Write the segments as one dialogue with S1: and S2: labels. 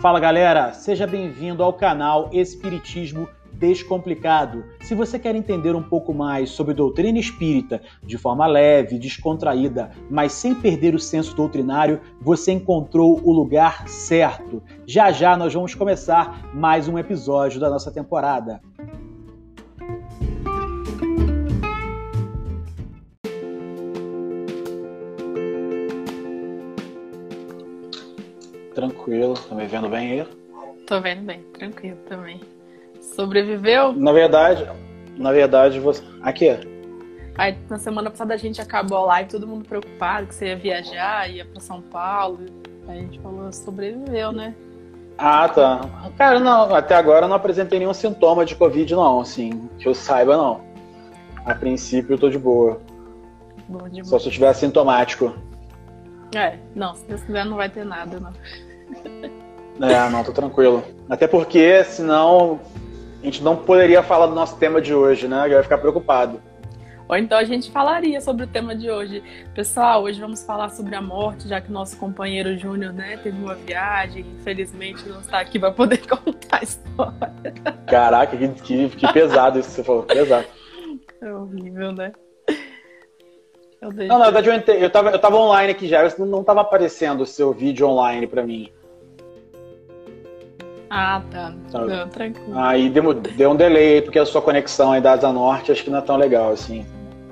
S1: Fala galera, seja bem-vindo ao canal Espiritismo Descomplicado. Se você quer entender um pouco mais sobre doutrina espírita de forma leve, descontraída, mas sem perder o senso doutrinário, você encontrou o lugar certo. Já já nós vamos começar mais um episódio da nossa temporada. Tranquilo, tá me vendo bem aí?
S2: Tô vendo bem, tranquilo também. Sobreviveu?
S1: Na verdade, você... Aqui.
S2: Aí, na semana passada a gente acabou a live, todo mundo preocupado que você ia viajar, ia pra São Paulo. Aí a gente falou, sobreviveu, né?
S1: Ah, tá. Cara, não, até agora eu não apresentei nenhum sintoma de Covid, não, assim, que eu saiba, não. A princípio eu tô de boa.
S2: Bom, de boa.
S1: Só se eu tiver assintomático.
S2: Não, se Deus quiser não vai ter nada, não.
S1: Não, tô tranquilo. Até porque, senão, a gente não poderia falar do nosso tema de hoje, né? Eu ia ficar preocupado.
S2: Ou então a gente falaria sobre o tema de hoje. Pessoal, hoje vamos falar sobre a morte, já que o nosso companheiro Júnior, né, teve uma viagem, infelizmente não está aqui para poder contar a história.
S1: Caraca, que pesado isso que você falou, pesado.
S2: É horrível, né?
S1: Não, na verdade eu tava online aqui já, não tava aparecendo o seu vídeo online pra mim.
S2: Ah, tá. Não, tranquilo.
S1: Aí deu um delay, porque a sua conexão aí da Asa Norte acho que não é tão legal assim.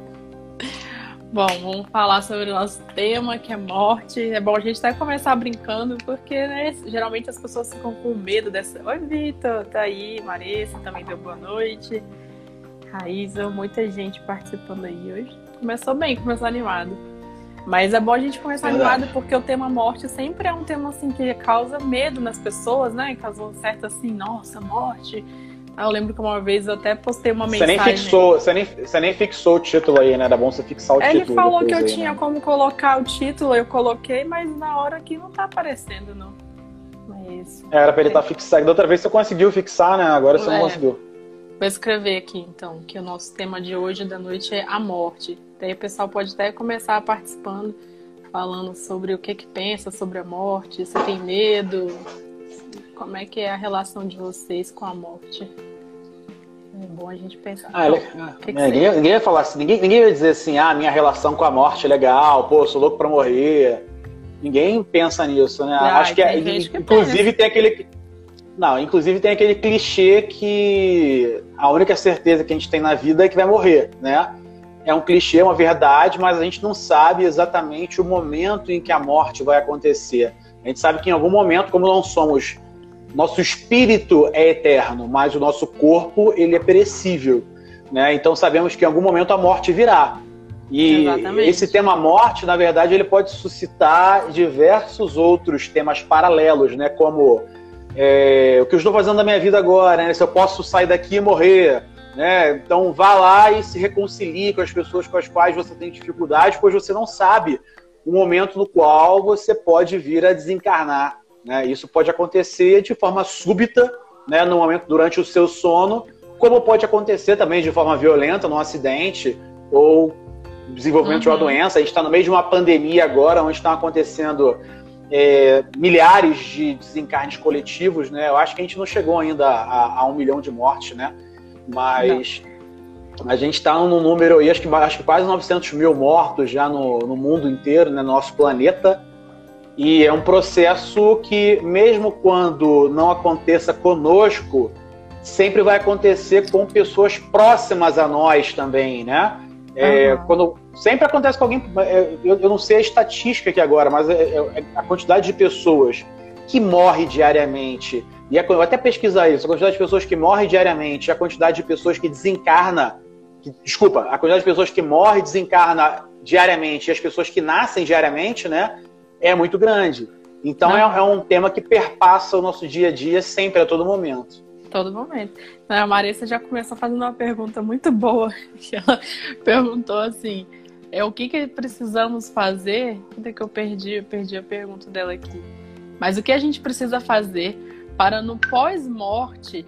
S2: Bom, vamos falar sobre o nosso tema, que é morte. É bom a gente até começar brincando, porque, né, geralmente as pessoas ficam com medo dessa... Oi, Vitor, tá aí, Marissa também deu boa noite. Raíza, muita gente participando aí hoje. Começou bem, começou animado. Mas é bom a gente começar animado porque o tema morte sempre é um tema assim que causa medo nas pessoas, né? Causa um certo assim, nossa, morte. Eu lembro que uma vez eu até postei uma mensagem.
S1: Você nem fixou o título aí, né? Era bom você fixar o título.
S2: Ele falou que eu
S1: aí,
S2: tinha como colocar o título, eu coloquei, mas na hora aqui não tá aparecendo, não. Mas...
S1: Era pra ele estar fixado. Da outra vez você conseguiu fixar, né? Agora você não conseguiu.
S2: Vou escrever aqui, então, que o nosso tema de hoje da noite é a morte. Daí o pessoal pode até começar participando, falando sobre o que pensa sobre a morte, se tem medo, como é que é a relação de vocês com a morte. É bom a gente pensar.
S1: Ninguém vai falar assim, ninguém vai dizer assim, minha relação com a morte é legal, pô, sou louco pra morrer. Ninguém pensa nisso, né? Acho que inclusive tem aquele... Não, inclusive tem aquele clichê que a única certeza que a gente tem na vida é que vai morrer, né? É um clichê, é uma verdade, mas a gente não sabe exatamente o momento em que a morte vai acontecer. A gente sabe que em algum momento, como não somos... Nosso espírito é eterno, mas o nosso corpo, ele é perecível, né? Então sabemos que em algum momento a morte virá. E exatamente. Esse tema morte, na verdade, ele pode suscitar diversos outros temas paralelos, né? Como... o que eu estou fazendo da minha vida agora, né? Se eu posso sair daqui e morrer, né? Então vá lá e se reconcilie com as pessoas com as quais você tem dificuldade, pois você não sabe o momento no qual você pode vir a desencarnar, né? Isso pode acontecer de forma súbita, né? No momento durante o seu sono, como pode acontecer também de forma violenta, num acidente ou desenvolvimento de uma doença. A gente está no meio de uma pandemia agora, onde estão acontecendo milhares de desencarnes coletivos, né? Eu acho que a gente não chegou ainda a 1 milhão de mortes, né? Mas a gente está num número aí, acho que quase 900 mil mortos já no mundo inteiro, né? No nosso planeta. E é um processo que, mesmo quando não aconteça conosco, sempre vai acontecer com pessoas próximas a nós também, né? Quando sempre acontece com alguém, eu não sei a estatística aqui agora, mas a quantidade de pessoas que morre diariamente, e eu até pesquisar isso, a quantidade de pessoas que morrem diariamente, a quantidade de pessoas que desencarna, a quantidade de pessoas que morre e desencarna diariamente e as pessoas que nascem diariamente, né, é muito grande. Então é um tema que perpassa o nosso dia a dia sempre, a todo momento.
S2: Todo momento. A Marissa já começou fazendo uma pergunta muito boa. Ela perguntou assim, o que precisamos fazer? Onde é que eu perdi a pergunta dela aqui. Mas o que a gente precisa fazer para no pós-morte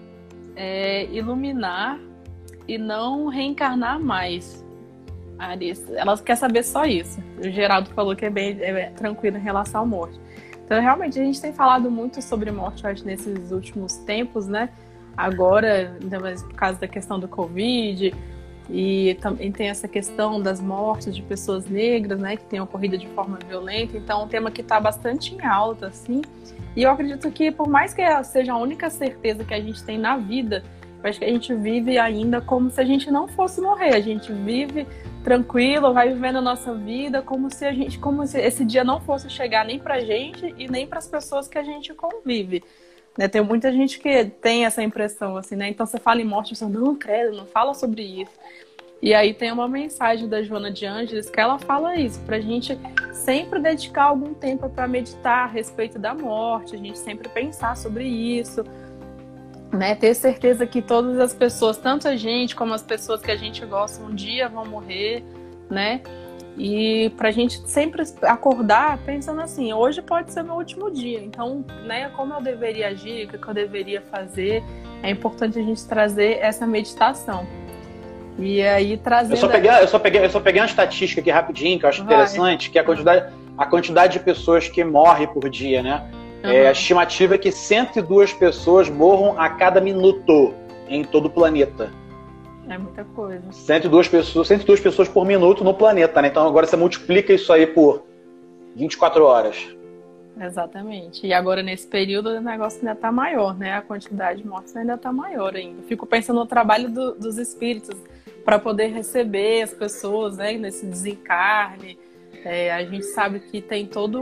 S2: iluminar e não reencarnar mais? Marissa, ela quer saber só isso. O Geraldo falou que é bem tranquilo em relação à morte. Então, realmente, a gente tem falado muito sobre morte, eu acho, nesses últimos tempos, né? Agora, ainda mais por causa da questão do Covid, e também tem essa questão das mortes de pessoas negras, né? Que têm ocorrido de forma violenta. Então, é um tema que está bastante em alta, assim. E eu acredito que, por mais que seja a única certeza que a gente tem na vida, eu acho que a gente vive ainda como se a gente não fosse morrer. A gente vive tranquilo, vai vivendo a nossa vida como se esse dia não fosse chegar nem pra gente e nem para as pessoas que a gente convive. Né? Tem muita gente que tem essa impressão, assim, né? Então você fala em morte, você não, credo, não fala sobre isso. E aí tem uma mensagem da Joana de Ângeles que ela fala isso, pra gente sempre dedicar algum tempo para meditar a respeito da morte, a gente sempre pensar sobre isso, né? Ter certeza que todas as pessoas, tanto a gente como as pessoas que a gente gosta, um dia vão morrer, né? E pra gente sempre acordar pensando assim, hoje pode ser meu último dia, então, né, como eu deveria agir, o que eu deveria fazer, é importante a gente trazer essa meditação. E aí trazendo...
S1: Eu só peguei uma estatística aqui rapidinho, que eu acho interessante, que é a quantidade de pessoas que morrem por dia, né? A estimativa é que 102 pessoas morram a cada minuto em todo o planeta.
S2: É muita coisa.
S1: 102 pessoas por minuto no planeta, né? Então agora você multiplica isso aí por 24 horas.
S2: Exatamente. E agora nesse período o negócio ainda está maior, né? A quantidade de mortes ainda está maior ainda. Eu fico pensando no trabalho dos espíritos para poder receber as pessoas, né? Nesse desencarne. A gente sabe que tem todo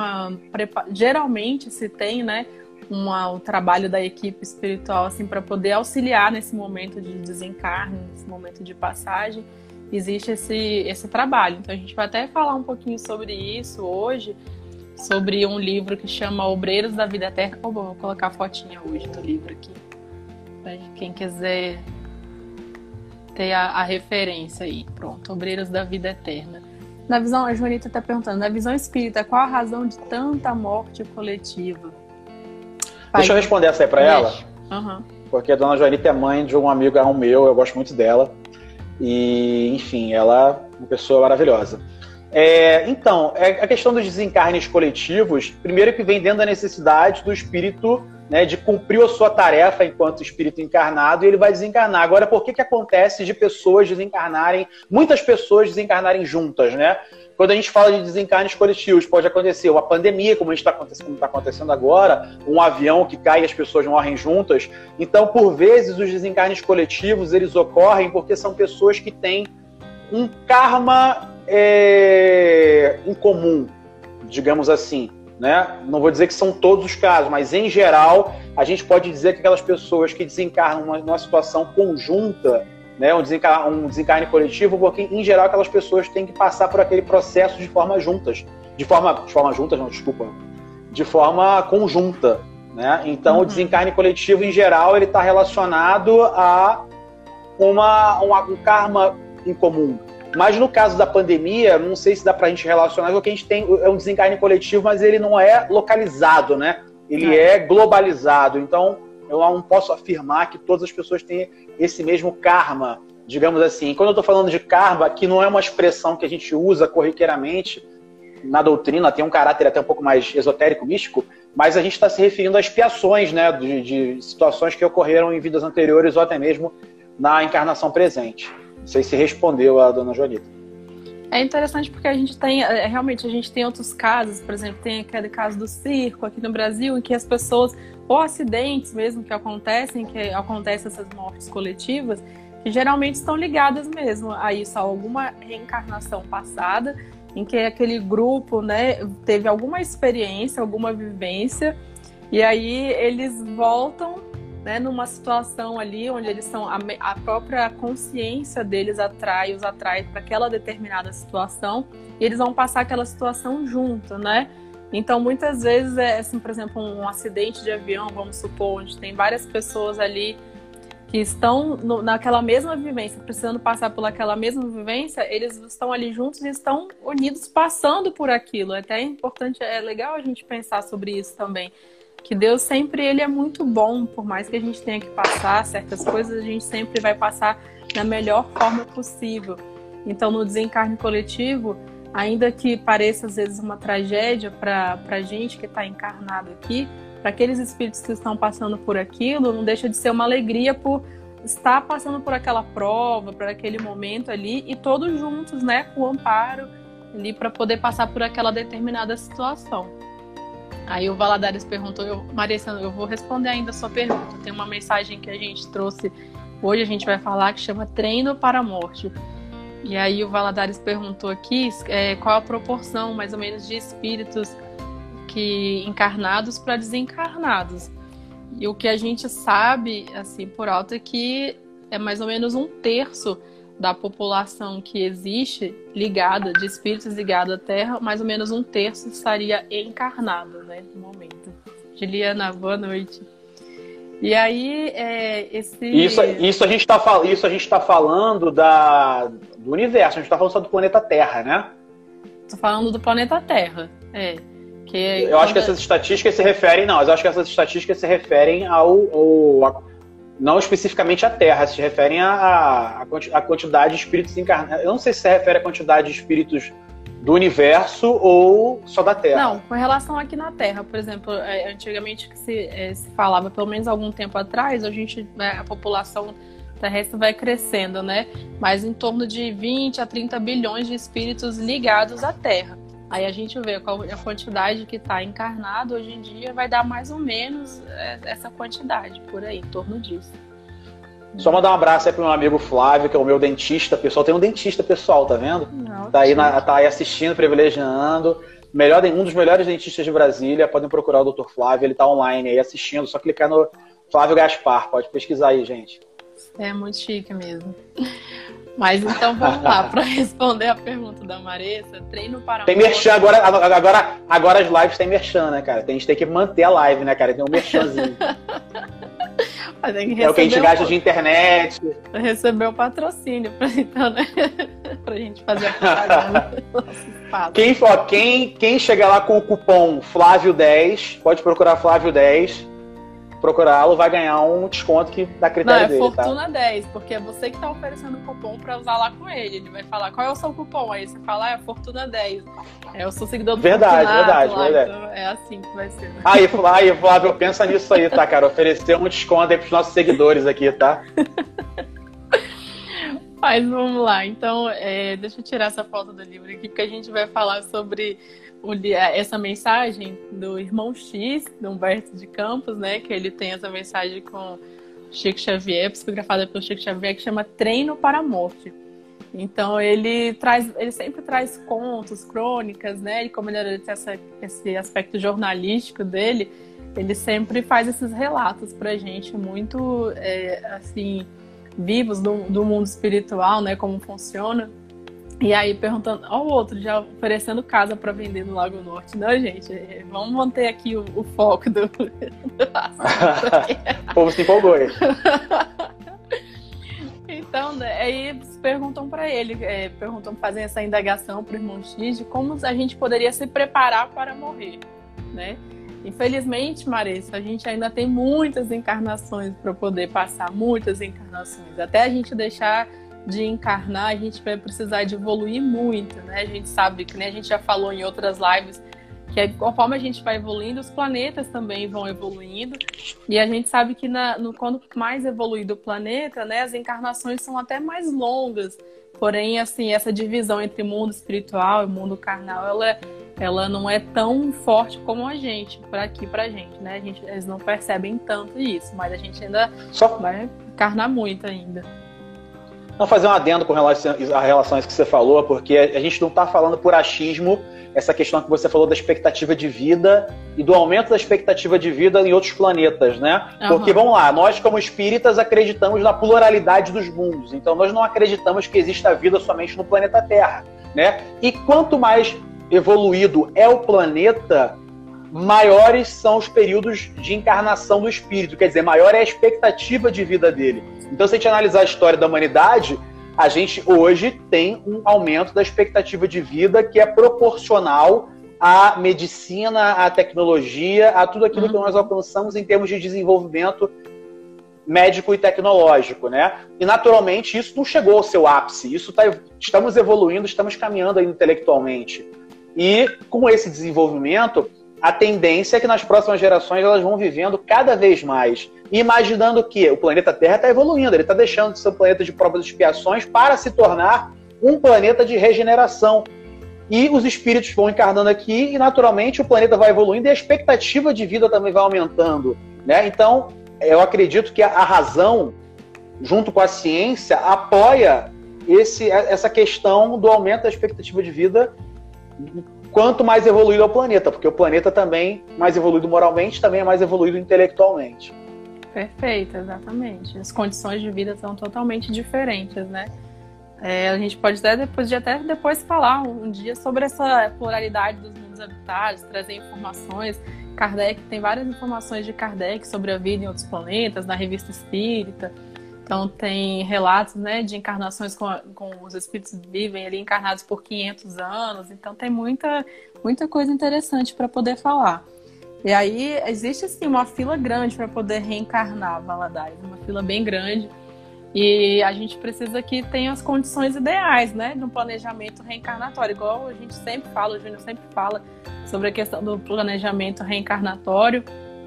S2: geralmente se tem, né? O trabalho da equipe espiritual assim, para poder auxiliar nesse momento de desencarne, nesse momento de passagem. Existe esse trabalho. Então a gente vai até falar um pouquinho sobre isso hoje, sobre um livro que chama Obreiros da Vida Eterna. Vou colocar a fotinha hoje do livro aqui, para quem quiser ter a referência aí. Pronto, Obreiros da Vida Eterna. Na visão, a Joanita está perguntando, na visão espírita, qual a razão de tanta morte coletiva?
S1: Deixa eu responder essa aí para ela, porque a dona Joanita é mãe de um amigo meu, eu gosto muito dela, e enfim, ela é uma pessoa maravilhosa. Então, a questão dos desencarnes coletivos, primeiro que vem dentro da necessidade do espírito, né, de cumprir a sua tarefa enquanto espírito encarnado, e ele vai desencarnar. Agora, por que acontece de pessoas desencarnarem, muitas pessoas desencarnarem juntas, né? Quando a gente fala de desencarnes coletivos, pode acontecer uma pandemia, como está acontecendo agora, um avião que cai e as pessoas morrem juntas. Então, por vezes, os desencarnes coletivos, eles ocorrem porque são pessoas que têm um karma em comum, digamos assim, né? Não vou dizer que são todos os casos, mas em geral a gente pode dizer que aquelas pessoas que desencarnam numa situação conjunta, né, um desencarne coletivo, porque em geral aquelas pessoas têm que passar por aquele processo de forma conjunta, né? Então o desencarne coletivo em geral ele está relacionado a um karma em comum. Mas no caso da pandemia, não sei se dá pra gente relacionar, porque a gente tem um desencarne coletivo, mas ele não é localizado, né? Ele é globalizado. Então, eu não posso afirmar que todas as pessoas têm esse mesmo karma, digamos assim. Quando eu estou falando de karma, que não é uma expressão que a gente usa corriqueiramente na doutrina, tem um caráter até um pouco mais esotérico, místico, mas a gente está se referindo a expiações, né? De situações que ocorreram em vidas anteriores ou até mesmo na encarnação presente. Não sei se respondeu a dona Joanita.
S2: É interessante porque a gente tem, realmente, a gente tem outros casos, por exemplo, tem aquele caso do circo aqui no Brasil, em que as pessoas, ou acidentes mesmo que acontecem essas mortes coletivas, que geralmente estão ligadas mesmo a isso, a alguma reencarnação passada, em que aquele grupo, né, teve alguma experiência, alguma vivência, e aí eles voltam, né, numa situação ali onde eles são a própria consciência deles os atrai para aquela determinada situação e eles vão passar aquela situação junto, né? Então muitas vezes assim, por exemplo, um acidente de avião, vamos supor, onde tem várias pessoas ali que estão naquela mesma vivência, precisando passar por aquela mesma vivência, eles estão ali juntos e estão unidos passando por aquilo. Até é importante, é legal a gente pensar sobre isso também. Que Deus sempre, ele é muito bom, por mais que a gente tenha que passar certas coisas, a gente sempre vai passar da melhor forma possível. Então, no desencarne coletivo, ainda que pareça às vezes uma tragédia para a gente que está encarnado aqui, para aqueles espíritos que estão passando por aquilo, não deixa de ser uma alegria por estar passando por aquela prova, por aquele momento ali, e todos juntos, né, com o amparo ali para poder passar por aquela determinada situação. Aí o Valadares perguntou, Marissa, eu vou responder ainda a sua pergunta. Tem uma mensagem que a gente trouxe hoje, a gente vai falar, que chama Treino para a Morte. E aí o Valadares perguntou aqui qual a proporção, mais ou menos, de espíritos que encarnados para desencarnados. E o que a gente sabe, assim, por alto, é que é mais ou menos 1/3 da população que existe ligada, de espíritos ligados à Terra, mais ou menos 1/3 estaria encarnado, né, no momento. Juliana, boa noite. E aí,
S1: Isso a gente está falando do universo, a gente está falando só do planeta Terra, né?
S2: Estou falando do planeta Terra,
S1: eu acho que essas estatísticas se referem, não especificamente à Terra, se referem à quantidade de espíritos encarnados. Eu não sei se se refere à quantidade de espíritos do universo ou só da Terra.
S2: Não, com relação aqui na Terra, por exemplo, antigamente que se falava, pelo menos algum tempo atrás, a população terrestre vai crescendo, né? Mas em torno de 20 a 30 bilhões de espíritos ligados à Terra. Aí a gente vê qual a quantidade que está encarnado hoje em dia, vai dar mais ou menos essa quantidade, por aí, em torno disso.
S1: Só mandar um abraço aí pro meu amigo Flávio, que é o meu dentista pessoal. Tem um dentista pessoal, tá vendo?
S2: Não,
S1: tá aí assistindo, privilegiando. Um dos melhores dentistas de Brasília. Podem procurar o Dr. Flávio, ele tá online aí assistindo. Só clicar no Flávio Gaspar. Pode pesquisar aí, gente.
S2: É muito chique mesmo. Mas então vamos lá, para responder a pergunta da Marissa, treino para...
S1: Tem merchan, agora as lives tem merchan, né, cara? A gente tem que manter a live, né, cara? Tem um merchanzinho. É o que a gente gasta de internet.
S2: Receber o patrocínio então, né? Pra gente fazer a propaganda do nosso espaço.
S1: Quem chegar lá com o cupom Flávio10, pode procurar Flávio10. Procurá-lo, vai ganhar um desconto que dá critério dele.
S2: Não, é Fortuna 10, porque é você que tá oferecendo o cupom pra usar lá com ele. Ele vai falar, qual é o seu cupom? Aí você fala, é Fortuna 10. Eu sou seguidor do
S1: verdade.
S2: Então é assim que vai ser. Né?
S1: Aí, Flávio, pensa nisso aí, tá, cara? Oferecer um desconto aí pros nossos seguidores aqui, tá?
S2: Mas vamos lá. Então, deixa eu tirar essa foto do livro aqui, porque a gente vai falar sobre essa mensagem do Irmão X, do Humberto de Campos, né? Que ele tem essa mensagem com Chico Xavier, psicografada pelo Chico Xavier, que chama Treino para a Morte. Então, ele sempre traz contos, crônicas, né? E como ele tem esse aspecto jornalístico dele, ele sempre faz esses relatos pra gente muito, assim, vivos do mundo espiritual, né? Como funciona. E aí, perguntando ao outro, já oferecendo casa para vender no Lago Norte. Não, gente, vamos manter aqui o foco do
S1: O povo se empolgou aí.
S2: Então, aí perguntam para ele, fazem essa indagação para o Irmão X de como a gente poderia se preparar para morrer, né? Infelizmente, Marissa, a gente ainda tem muitas encarnações para poder passar, muitas encarnações. Até a gente deixar de encarnar, a gente vai precisar de evoluir muito, né? A gente sabe, que nem a gente já falou em outras lives, que conforme a gente vai evoluindo, os planetas também vão evoluindo, e a gente sabe que quando mais evoluído o planeta, né, as encarnações são até mais longas, porém, assim, essa divisão entre mundo espiritual e mundo carnal, ela não é tão forte como a gente, pra gente, né? Eles não percebem tanto isso, mas a gente ainda vai encarnar muito ainda.
S1: Vamos fazer um adendo com relação a isso que você falou, porque a gente não está falando por achismo essa questão que você falou da expectativa de vida e do aumento da expectativa de vida em outros planetas, né? Uhum. Porque, vamos lá, nós como espíritas acreditamos na pluralidade dos mundos, então nós não acreditamos que exista vida somente no planeta Terra, né? E quanto mais evoluído é o planeta, maiores são os períodos de encarnação do espírito, quer dizer, maior é a expectativa de vida dele. Então, se a gente analisar a história da humanidade, a gente hoje tem um aumento da expectativa de vida que é proporcional à medicina, à tecnologia, a tudo aquilo que nós alcançamos em termos de desenvolvimento médico e tecnológico, né? E naturalmente isso não chegou ao seu ápice. Estamos evoluindo, estamos caminhando ainda intelectualmente. E com esse desenvolvimento, a tendência é que nas próximas gerações elas vão vivendo cada vez mais. E imaginando que o planeta Terra está evoluindo, ele está deixando de ser um planeta de provas e expiações para se tornar um planeta de regeneração. E os espíritos vão encarnando aqui e, naturalmente, o planeta vai evoluindo e a expectativa de vida também vai aumentando, né? Então, eu acredito que a razão, junto com a ciência, apoia essa questão do aumento da expectativa de vida quanto mais evoluído é o planeta, porque o planeta também, mais evoluído moralmente, também é mais evoluído intelectualmente.
S2: Perfeito, exatamente. As condições de vida são totalmente diferentes, né? A gente pode até depois falar um dia sobre essa pluralidade dos mundos habitados, trazer informações. Kardec tem várias informações de Kardec sobre a vida em outros planetas, na Revista Espírita. Então tem relatos, né, de encarnações com os espíritos que vivem ali encarnados por 500 anos. Então tem muita coisa interessante para poder falar. E aí existe assim uma fila grande para poder reencarnar, Valadares, uma fila bem grande. E a gente precisa que tenha as condições ideais, né, de um planejamento reencarnatório, igual a gente sempre fala, o Júnior sempre fala sobre a questão do planejamento reencarnatório.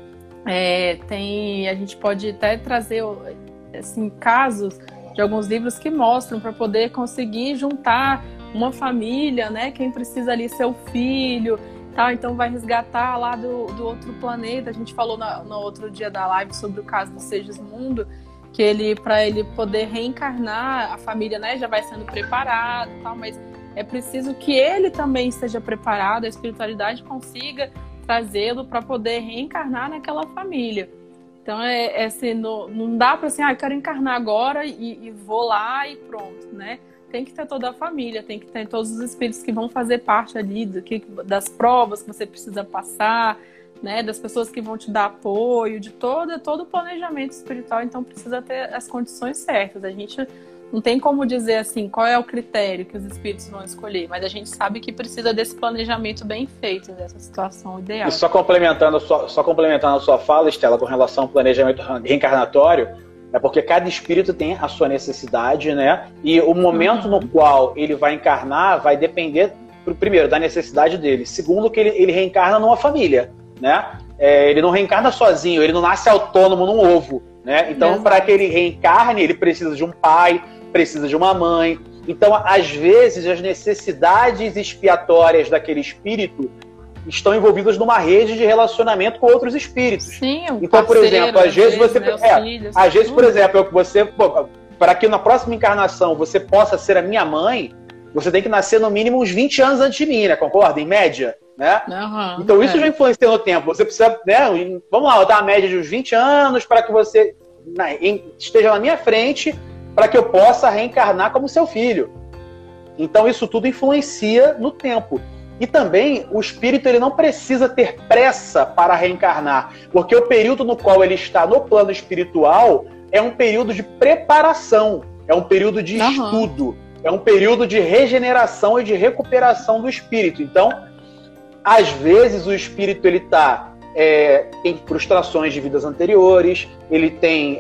S2: A gente pode até trazer assim, casos de alguns livros que mostram para poder conseguir juntar uma família, né, quem precisa ali ser o filho, tá? Então vai resgatar lá do outro planeta. A gente falou no outro dia da live sobre o caso do Segismundo, que para ele poder reencarnar, a família, né, já vai sendo preparada, tal, mas é preciso que ele também esteja preparado, a espiritualidade consiga trazê-lo para poder reencarnar naquela família. Então assim, não dá para assim, eu quero encarnar agora e vou lá e pronto, né? Tem que ter toda a família, tem que ter todos os espíritos que vão fazer parte ali das provas que você precisa passar, né, das pessoas que vão te dar apoio, de todo o planejamento espiritual. Então precisa ter as condições certas. A gente não tem como dizer assim qual é o critério que os espíritos vão escolher, mas a gente sabe que precisa desse planejamento bem feito, dessa situação ideal.
S1: E só complementando a sua fala, Estela, com relação ao planejamento reencarnatório, é porque cada espírito tem a sua necessidade, né? E o momento no qual ele vai encarnar vai depender, primeiro, da necessidade dele. Segundo, que ele reencarna numa família, né? Ele não reencarna sozinho, ele não nasce autônomo num ovo, né? Então, para que ele reencarne, ele precisa de um pai, precisa de uma mãe. Então, às vezes, as necessidades expiatórias daquele espírito estão envolvidas numa rede de relacionamento com outros espíritos.
S2: Sim,
S1: então, por exemplo, às vezes você... às vezes, por exemplo, para que na próxima encarnação você possa ser a minha mãe, você tem que nascer no mínimo uns 20 anos antes de mim, né? Concorda? Em média, né? Então isso já influencia no tempo. Você precisa, né? Vamos lá, eu dar uma média de uns 20 anos para que você esteja na minha frente para que eu possa reencarnar como seu filho. Então isso tudo influencia no tempo. E também o espírito ele não precisa ter pressa para reencarnar, porque o período no qual ele está no plano espiritual é um período de preparação, é um período de estudo, é um período de regeneração e de recuperação do espírito. Então, às vezes o espírito ele tem frustrações de vidas anteriores, ele tem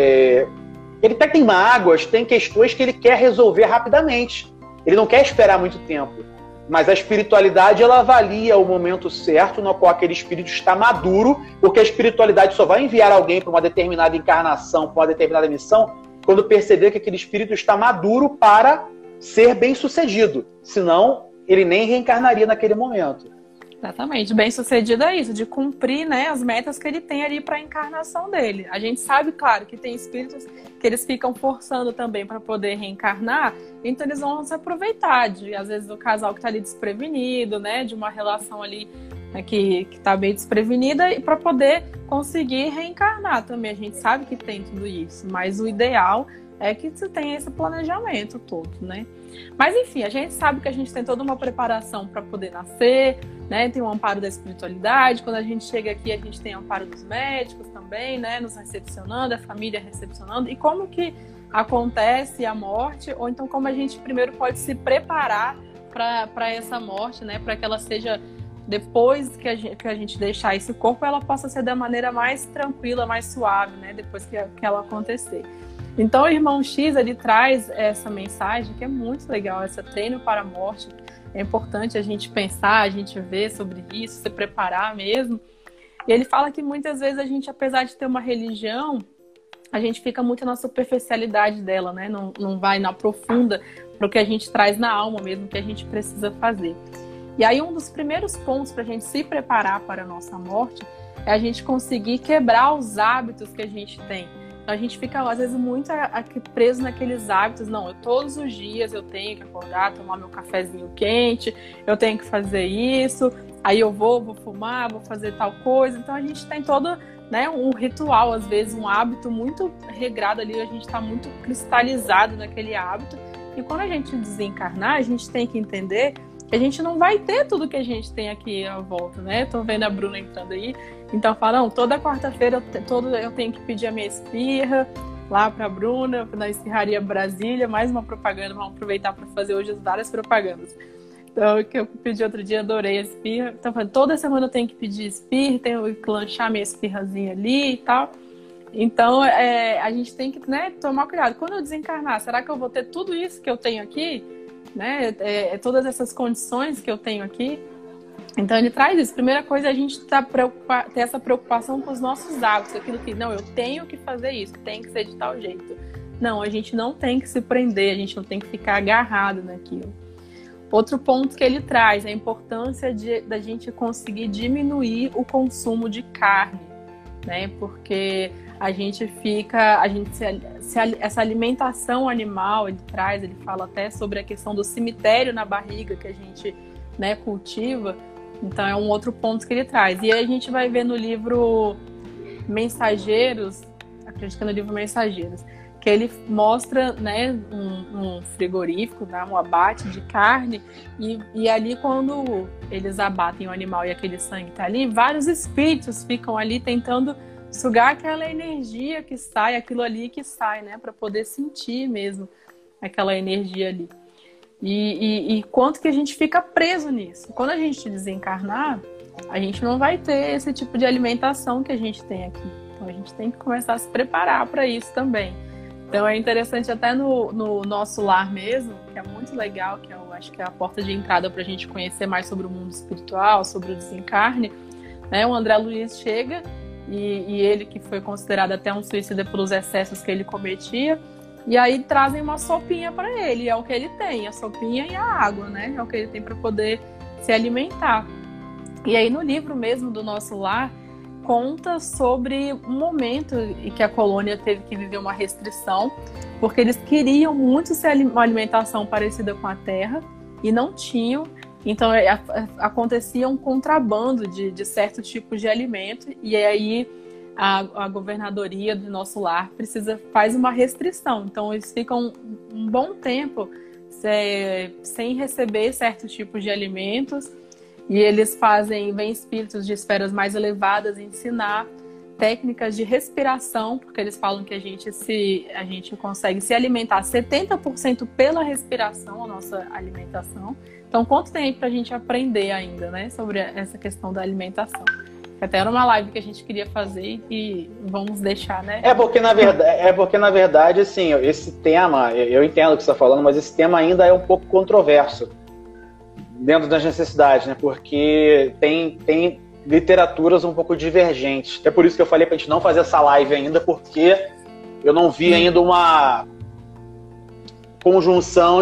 S1: mágoas, tem questões que ele quer resolver rapidamente. Ele não quer esperar muito tempo. Mas a espiritualidade, ela avalia o momento certo no qual aquele espírito está maduro, porque a espiritualidade só vai enviar alguém para uma determinada encarnação, para uma determinada missão, quando perceber que aquele espírito está maduro para ser bem-sucedido. Senão, ele nem reencarnaria naquele momento.
S2: Exatamente. Bem-sucedido é isso, de cumprir, né, as metas que ele tem ali para a encarnação dele. A gente sabe, claro, que tem espíritos que eles ficam forçando também para poder reencarnar, então eles vão se aproveitar às vezes, do casal que está ali desprevenido, né, de uma relação ali, né, que está bem desprevenida, e para poder conseguir reencarnar também. A gente sabe que tem tudo isso, mas o ideal é que você tenha esse planejamento todo, né? Mas enfim, a gente sabe que a gente tem toda uma preparação para poder nascer, né? Tem o amparo da espiritualidade. Quando a gente chega aqui, a gente tem o amparo dos médicos também, né? Nos recepcionando, a família recepcionando. E como que acontece a morte? Ou então como a gente primeiro pode se preparar para essa morte, né? Para que ela seja depois que a gente deixar esse corpo, ela possa ser da maneira mais tranquila, mais suave, né? Depois que ela acontecer. Então, o Irmão X, ele traz essa mensagem que é muito legal, esse treino para a morte. É importante a gente pensar, a gente ver sobre isso, se preparar mesmo. E ele fala que muitas vezes a gente, apesar de ter uma religião, a gente fica muito na superficialidade dela, né? Não vai na profunda para o que a gente traz na alma mesmo, que a gente precisa fazer. E aí um dos primeiros pontos para a gente se preparar para a nossa morte é a gente conseguir quebrar os hábitos que a gente tem. Então a gente fica, às vezes, muito preso naqueles hábitos. Não, todos os dias eu tenho que acordar, tomar meu cafezinho quente, eu tenho que fazer isso, aí eu vou fumar, vou fazer tal coisa. Então a gente tem todo, né, um ritual, às vezes, um hábito muito regrado ali, a gente está muito cristalizado naquele hábito. E quando a gente desencarnar, a gente tem que entender que a gente não vai ter tudo que a gente tem aqui à volta, né? Tô vendo a Bruna entrando aí. Então fala, não, toda quarta-feira eu tenho que pedir a minha esfirra lá pra Bruna, na Esfirraria Brasília. Mais uma propaganda, vamos aproveitar para fazer hoje várias propagandas. Então, que eu pedi outro dia, adorei a esfirra. Então, toda semana eu tenho que pedir esfirra, tenho que lanchar minha esfirrazinha ali e tal. Então, a gente tem que, né, tomar cuidado. Quando eu desencarnar, será que eu vou ter tudo isso que eu tenho aqui? Né? Todas essas condições que eu tenho aqui. Então ele traz isso. Primeira coisa é a gente ter essa preocupação com os nossos hábitos, aquilo que, não, eu tenho que fazer isso, tem que ser de tal jeito. Não, a gente não tem que se prender, a gente não tem que ficar agarrado naquilo. Outro ponto que ele traz é a importância da gente conseguir diminuir o consumo de carne, né? Porque a gente fica, essa alimentação animal, ele fala até sobre a questão do cemitério na barriga que a gente, né, cultiva. Então é um outro ponto que ele traz. E aí a gente vai ver no livro Mensageiros, acredito que é no livro Mensageiros, que ele mostra, né, um frigorífico, né, um abate de carne, e ali quando eles abatem o animal e aquele sangue está ali, vários espíritos ficam ali tentando sugar aquela energia que sai, aquilo ali que sai, né, para poder sentir mesmo aquela energia ali. E quanto que a gente fica preso nisso. Quando a gente desencarnar, a gente não vai ter esse tipo de alimentação que a gente tem aqui. Então a gente tem que começar a se preparar para isso também. Então é interessante até no nosso lar mesmo, que é muito legal, que eu acho que é a porta de entrada para a gente conhecer mais sobre o mundo espiritual, sobre o desencarne, né? O André Luiz chega e ele que foi considerado até um suicida pelos excessos que ele cometia, e aí trazem uma sopinha para ele, é o que ele tem, a sopinha e a água, né? É o que ele tem para poder se alimentar. E aí no livro mesmo do Nosso Lar, conta sobre um momento em que a colônia teve que viver uma restrição, porque eles queriam muito uma alimentação parecida com a terra e não tinham. Então acontecia um contrabando de certo tipo de alimento, e aí a governadoria do Nosso Lar faz uma restrição. Então eles ficam um bom tempo sem receber certos tipos de alimentos. E eles vêm espíritos de esferas mais elevadas ensinar técnicas de respiração, porque eles falam que a gente consegue se alimentar 70% pela respiração, a nossa alimentação. Então, quanto tem aí pra gente aprender ainda, né, sobre essa questão da alimentação? Até era uma live que a gente queria fazer e vamos deixar, né?
S1: É porque, na verdade, assim, esse tema, eu entendo o que você está falando, mas esse tema ainda é um pouco controverso dentro das necessidades, né? Porque tem literaturas um pouco divergentes. É por isso que eu falei pra gente não fazer essa live ainda, porque eu não vi ainda uma conjunção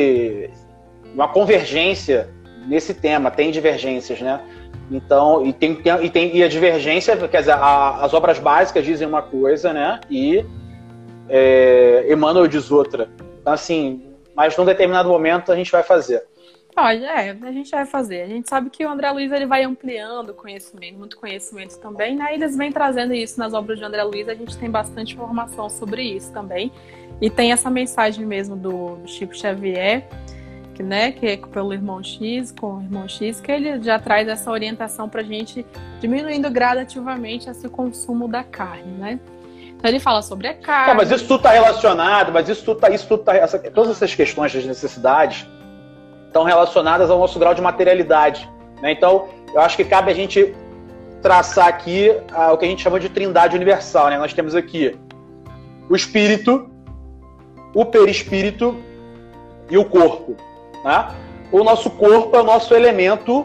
S1: uma convergência nesse tema. Tem divergências, né? Então, e a divergência, quer dizer, as obras básicas dizem uma coisa, né? E Emmanuel diz outra. Então, assim, mas num determinado momento a gente vai fazer.
S2: Pode, a gente vai fazer. A gente sabe que o André Luiz ele vai ampliando o conhecimento, muito conhecimento também, né? Eles vêm trazendo isso nas obras de André Luiz, a gente tem bastante informação sobre isso também. E tem essa mensagem mesmo do Chico Xavier, que é pelo Irmão X, com o Irmão X, que ele já traz essa orientação pra gente diminuindo gradativamente esse consumo da carne, né? Então ele fala sobre a carne.
S1: Mas isso tudo está relacionado, todas essas questões das necessidades estão relacionadas ao nosso grau de materialidade, né? Então, eu acho que cabe a gente traçar aqui o que a gente chama de trindade universal, né? Nós temos aqui o espírito, o perispírito e o corpo, né? O nosso corpo é o nosso elemento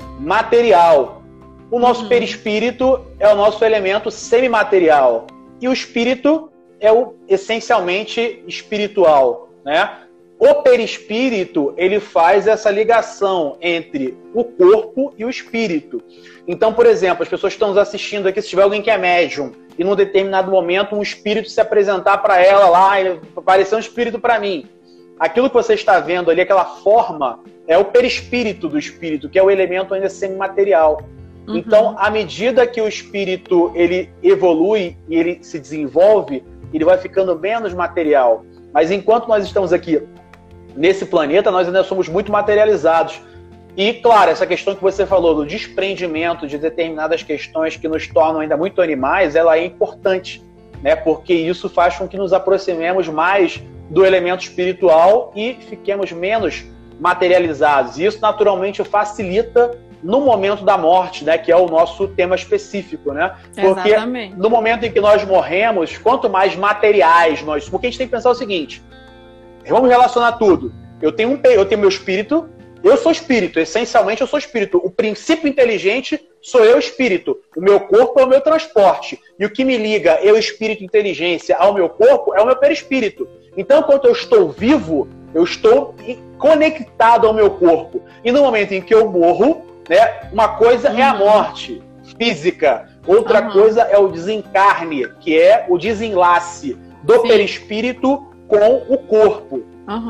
S1: material. O nosso perispírito é o nosso elemento semimaterial. E o espírito é o essencialmente espiritual, né? O perispírito, ele faz essa ligação entre o corpo e o espírito. Então, por exemplo, as pessoas que estão nos assistindo aqui, se tiver alguém que é médium, e num determinado momento um espírito se apresentar para ela lá, ele apareceu um espírito para mim. Aquilo que você está vendo ali, aquela forma, é o perispírito do espírito, que é o elemento ainda semimaterial. Então, à medida que o espírito ele evolui e ele se desenvolve, ele vai ficando menos material. Mas enquanto nós estamos aqui nesse planeta, nós ainda somos muito materializados. E, claro, essa questão que você falou do desprendimento de determinadas questões que nos tornam ainda muito animais, ela é importante, né? Porque isso faz com que nos aproximemos mais do elemento espiritual e fiquemos menos materializados. E isso, naturalmente, facilita no momento da morte, né? Que é o nosso tema específico, né? Porque exatamente. No momento em que nós morremos, quanto mais materiais nós... Porque a gente tem que pensar o seguinte, vamos relacionar tudo. Eu tenho meu espírito, eu sou espírito, essencialmente eu sou espírito. O princípio inteligente sou eu, espírito. O meu corpo é o meu transporte. E o que me liga, eu, espírito, inteligência, ao meu corpo é o meu perispírito. Então, enquanto eu estou vivo, eu estou conectado ao meu corpo. E no momento em que eu morro, né, uma coisa é a morte física, outra coisa é o desencarne, que é o desenlace do perispírito com o corpo.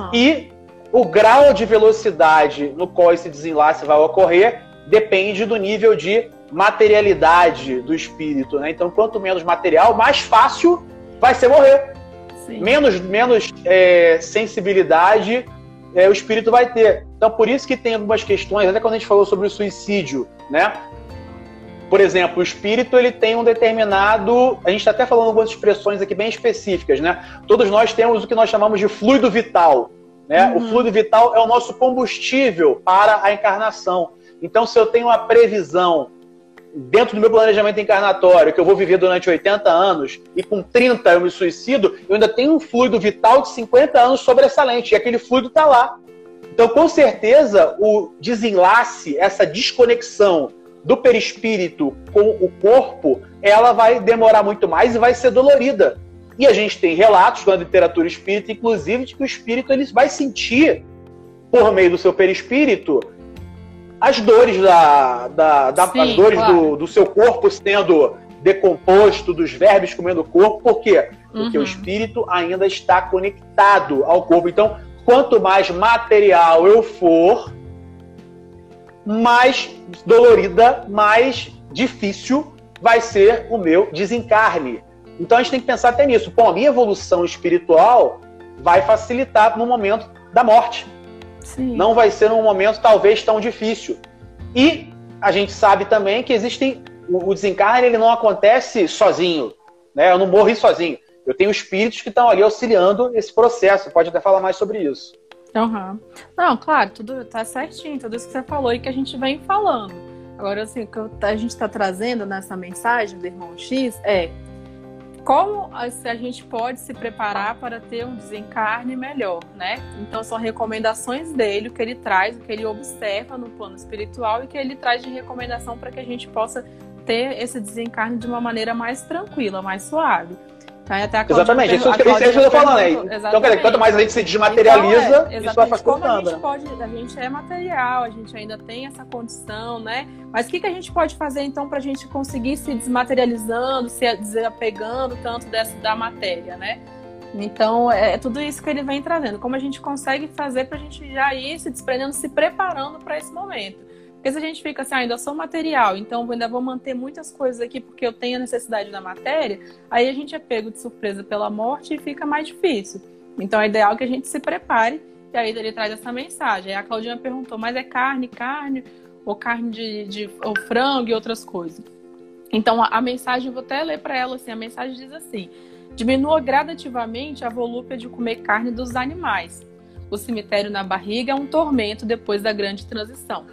S1: E o grau de velocidade no qual esse desenlace vai ocorrer depende do nível de materialidade do espírito, né? Então, quanto menos material, mais fácil vai ser morrer. Sim. Menos sensibilidade o espírito vai ter. Então, por isso que tem algumas questões, até quando a gente falou sobre o suicídio, né? Por exemplo, o espírito, ele tem um determinado... A gente está até falando algumas expressões aqui bem específicas, né? Todos nós temos o que nós chamamos de fluido vital, né? O fluido vital é o nosso combustível para a encarnação. Então, se eu tenho uma previsão dentro do meu planejamento encarnatório, que eu vou viver durante 80 anos e com 30 eu me suicido, eu ainda tenho um fluido vital de 50 anos sobressalente, e aquele fluido está lá. Então, com certeza, o desenlace, essa desconexão do perispírito com o corpo, ela vai demorar muito mais e vai ser dolorida. E a gente tem relatos na literatura espírita, inclusive, de que o espírito ele vai sentir, por meio do seu perispírito, as dores as dores do seu corpo sendo decomposto, dos vermes comendo o corpo. Por quê? Porque o espírito ainda está conectado ao corpo. Então, quanto mais material eu for, mais dolorida, mais difícil vai ser o meu desencarne. Então a gente tem que pensar até nisso. Bom, a minha evolução espiritual vai facilitar no momento da morte. Sim. Não vai ser num momento talvez tão difícil. E a gente sabe também que o desencarne ele não acontece sozinho, né? Eu não morri sozinho. Eu tenho espíritos que estão ali auxiliando esse processo. Pode até falar mais sobre isso.
S2: Não, claro, tudo tá certinho, tudo isso que você falou e que a gente vem falando. Agora, assim, o que a gente está trazendo nessa mensagem do Irmão X é como a gente pode se preparar para ter um desencarne melhor, né? Então, são recomendações dele, o que ele traz, o que ele observa no plano espiritual e que ele traz de recomendação para que a gente possa ter esse desencarne de uma maneira mais tranquila, mais suave. Até
S1: exatamente, isso que eu estou falando aí. Então, quanto mais a gente se desmaterializa, isso vai facilitando.
S2: A gente é material, a gente ainda tem essa condição, né? Mas o que a gente pode fazer, então, para a gente conseguir se desmaterializando, se desapegando tanto da matéria, né? Então, é tudo isso que ele vem trazendo. Como a gente consegue fazer para a gente já ir se desprendendo, se preparando para esse momento. Porque se a gente fica assim, ainda sou material, então ainda vou manter muitas coisas aqui porque eu tenho a necessidade da matéria, aí a gente é pego de surpresa pela morte e fica mais difícil. Então é ideal que a gente se prepare, e aí ele traz essa mensagem. Aí a Claudinha perguntou, mas é carne, ou carne ou frango e outras coisas? Então a mensagem, eu vou até ler para ela assim, a mensagem diz assim: diminua gradativamente a volúpia de comer carne dos animais. O cemitério na barriga é um tormento depois da grande transição.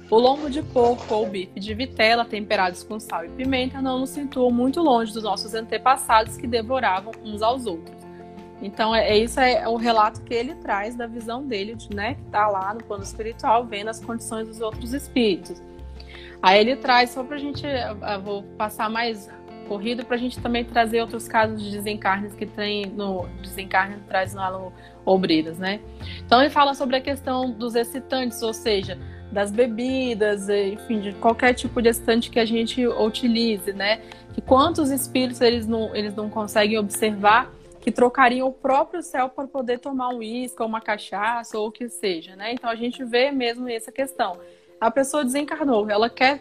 S2: O lombo de porco ou bife de vitela temperados com sal e pimenta não nos situam muito longe dos nossos antepassados que devoravam uns aos outros. Então, isso é o relato que ele traz da visão dele, né, que está lá no plano espiritual, vendo as condições dos outros espíritos. Aí ele traz, só para a gente, vou passar mais corrido, para a gente também trazer outros casos de desencarnes que tem no desencarne, traz lá no Obridas, né? Então, ele fala sobre a questão dos excitantes, ou seja, das bebidas, enfim, de qualquer tipo de excitante que a gente utilize, né? Que quantos espíritos eles não conseguem observar que trocariam o próprio céu para poder tomar um uísque ou uma cachaça ou o que seja, né? Então a gente vê mesmo essa questão. A pessoa desencarnou, ela quer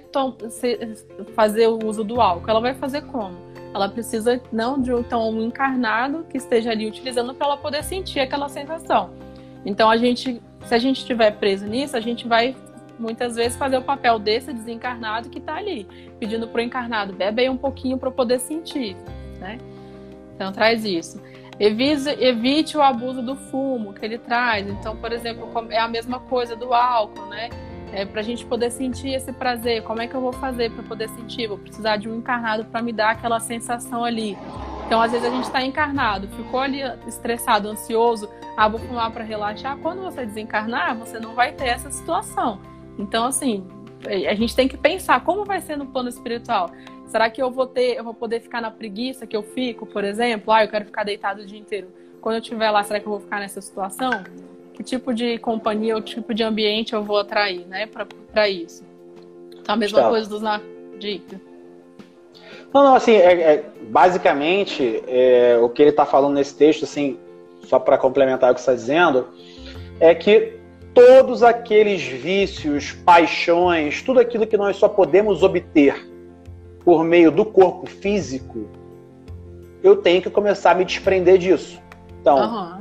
S2: fazer o uso do álcool, ela vai fazer como? Ela precisa não de um encarnado que esteja ali utilizando para ela poder sentir aquela sensação. Então se a gente estiver preso nisso, a gente vai muitas vezes fazer o papel desse desencarnado que está ali, pedindo para o encarnado, bebe aí um pouquinho para poder sentir, né? Então traz isso. Evite o abuso do fumo que ele traz. Então, por exemplo, é a mesma coisa do álcool, né? Para a gente poder sentir esse prazer. Como é que eu vou fazer para poder sentir? Vou precisar de um encarnado para me dar aquela sensação ali. Então, às vezes a gente está encarnado, ficou ali estressado, ansioso, vou fumar para relaxar. Quando você desencarnar, você não vai ter essa situação. Então, assim, a gente tem que pensar como vai ser no plano espiritual. Será que eu vou poder ficar na preguiça que eu fico, por exemplo? Eu quero ficar deitado o dia inteiro. Quando eu estiver lá, será que eu vou ficar nessa situação? Que tipo de companhia ou tipo de ambiente eu vou atrair, né, para isso? Então, a mesma coisa dos dicas.
S1: Não, assim, basicamente, o que ele está falando nesse texto, assim, só para complementar o que você está dizendo, é que todos aqueles vícios, paixões, tudo aquilo que nós só podemos obter por meio do corpo físico, eu tenho que começar a me desprender disso. Então,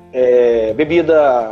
S1: bebida,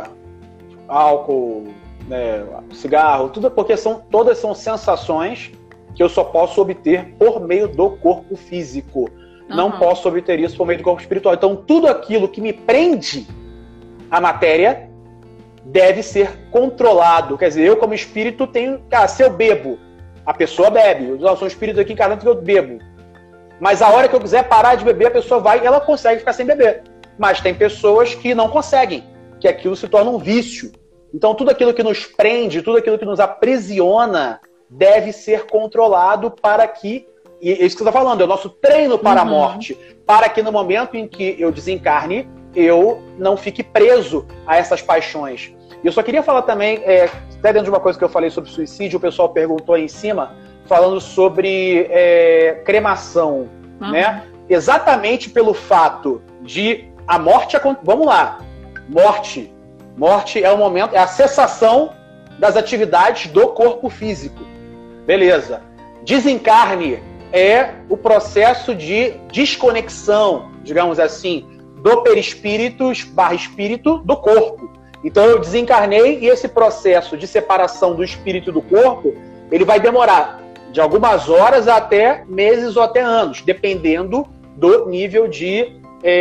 S1: álcool, cigarro, tudo, porque todas são sensações que eu só posso obter por meio do corpo físico. Não posso obter isso por meio do corpo espiritual. Então, tudo aquilo que me prende à matéria deve ser controlado. Quer dizer, eu como espírito tenho... Cara, se eu bebo, a pessoa bebe. Eu sou um espírito aqui encarnado que eu bebo. Mas a hora que eu quiser parar de beber, a pessoa vai e ela consegue ficar sem beber. Mas tem pessoas que não conseguem, que aquilo se torna um vício. Então tudo aquilo que nos prende, tudo aquilo que nos aprisiona, deve ser controlado para que... E é isso que você está falando, é o nosso treino para a morte. Para que no momento em que eu desencarne, eu não fique preso a essas paixões. E eu só queria falar também, até dentro de uma coisa que eu falei sobre suicídio, o pessoal perguntou aí em cima, falando sobre cremação, né? Exatamente pelo fato de a morte... Vamos lá. Morte é o momento, é a cessação das atividades do corpo físico. Beleza. Desencarne é o processo de desconexão, digamos assim, do perispírito/espírito do corpo. Então eu desencarnei e esse processo de separação do espírito do corpo, ele vai demorar de algumas horas até meses ou até anos, dependendo do nível de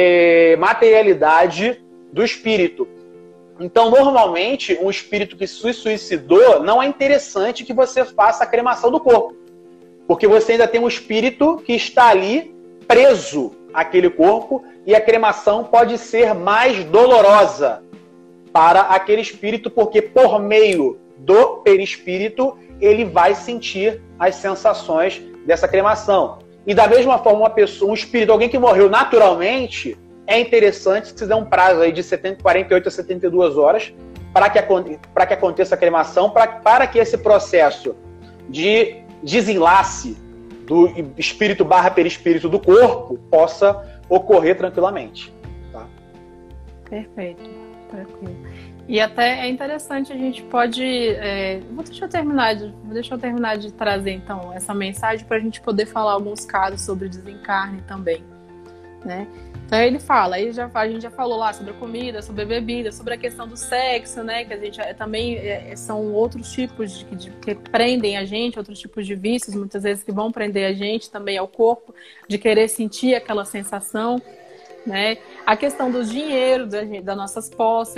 S1: materialidade do espírito. Então, normalmente, um espírito que se suicidou, não é interessante que você faça a cremação do corpo, porque você ainda tem um espírito que está ali preso àquele corpo e a cremação pode ser mais dolorosa para aquele espírito, porque por meio do perispírito ele vai sentir as sensações dessa cremação. E da mesma forma, uma pessoa, um espírito, alguém que morreu naturalmente, é interessante que se dê um prazo aí de 48 a 72 horas para que aconteça a cremação, para que esse processo de desenlace do espírito/perispírito do corpo possa ocorrer tranquilamente. Tá?
S2: Perfeito. Tranquilo. E até é interessante, a gente pode... Deixa eu terminar de trazer, então, essa mensagem para a gente poder falar alguns casos sobre desencarne também, né? Então ele fala, a gente já falou lá sobre a comida, sobre a bebida, sobre a questão do sexo, né? Que a gente também são outros tipos que prendem a gente, outros tipos de vícios, muitas vezes que vão prender a gente também ao corpo, de querer sentir aquela sensação, né? A questão do dinheiro, das nossas posses.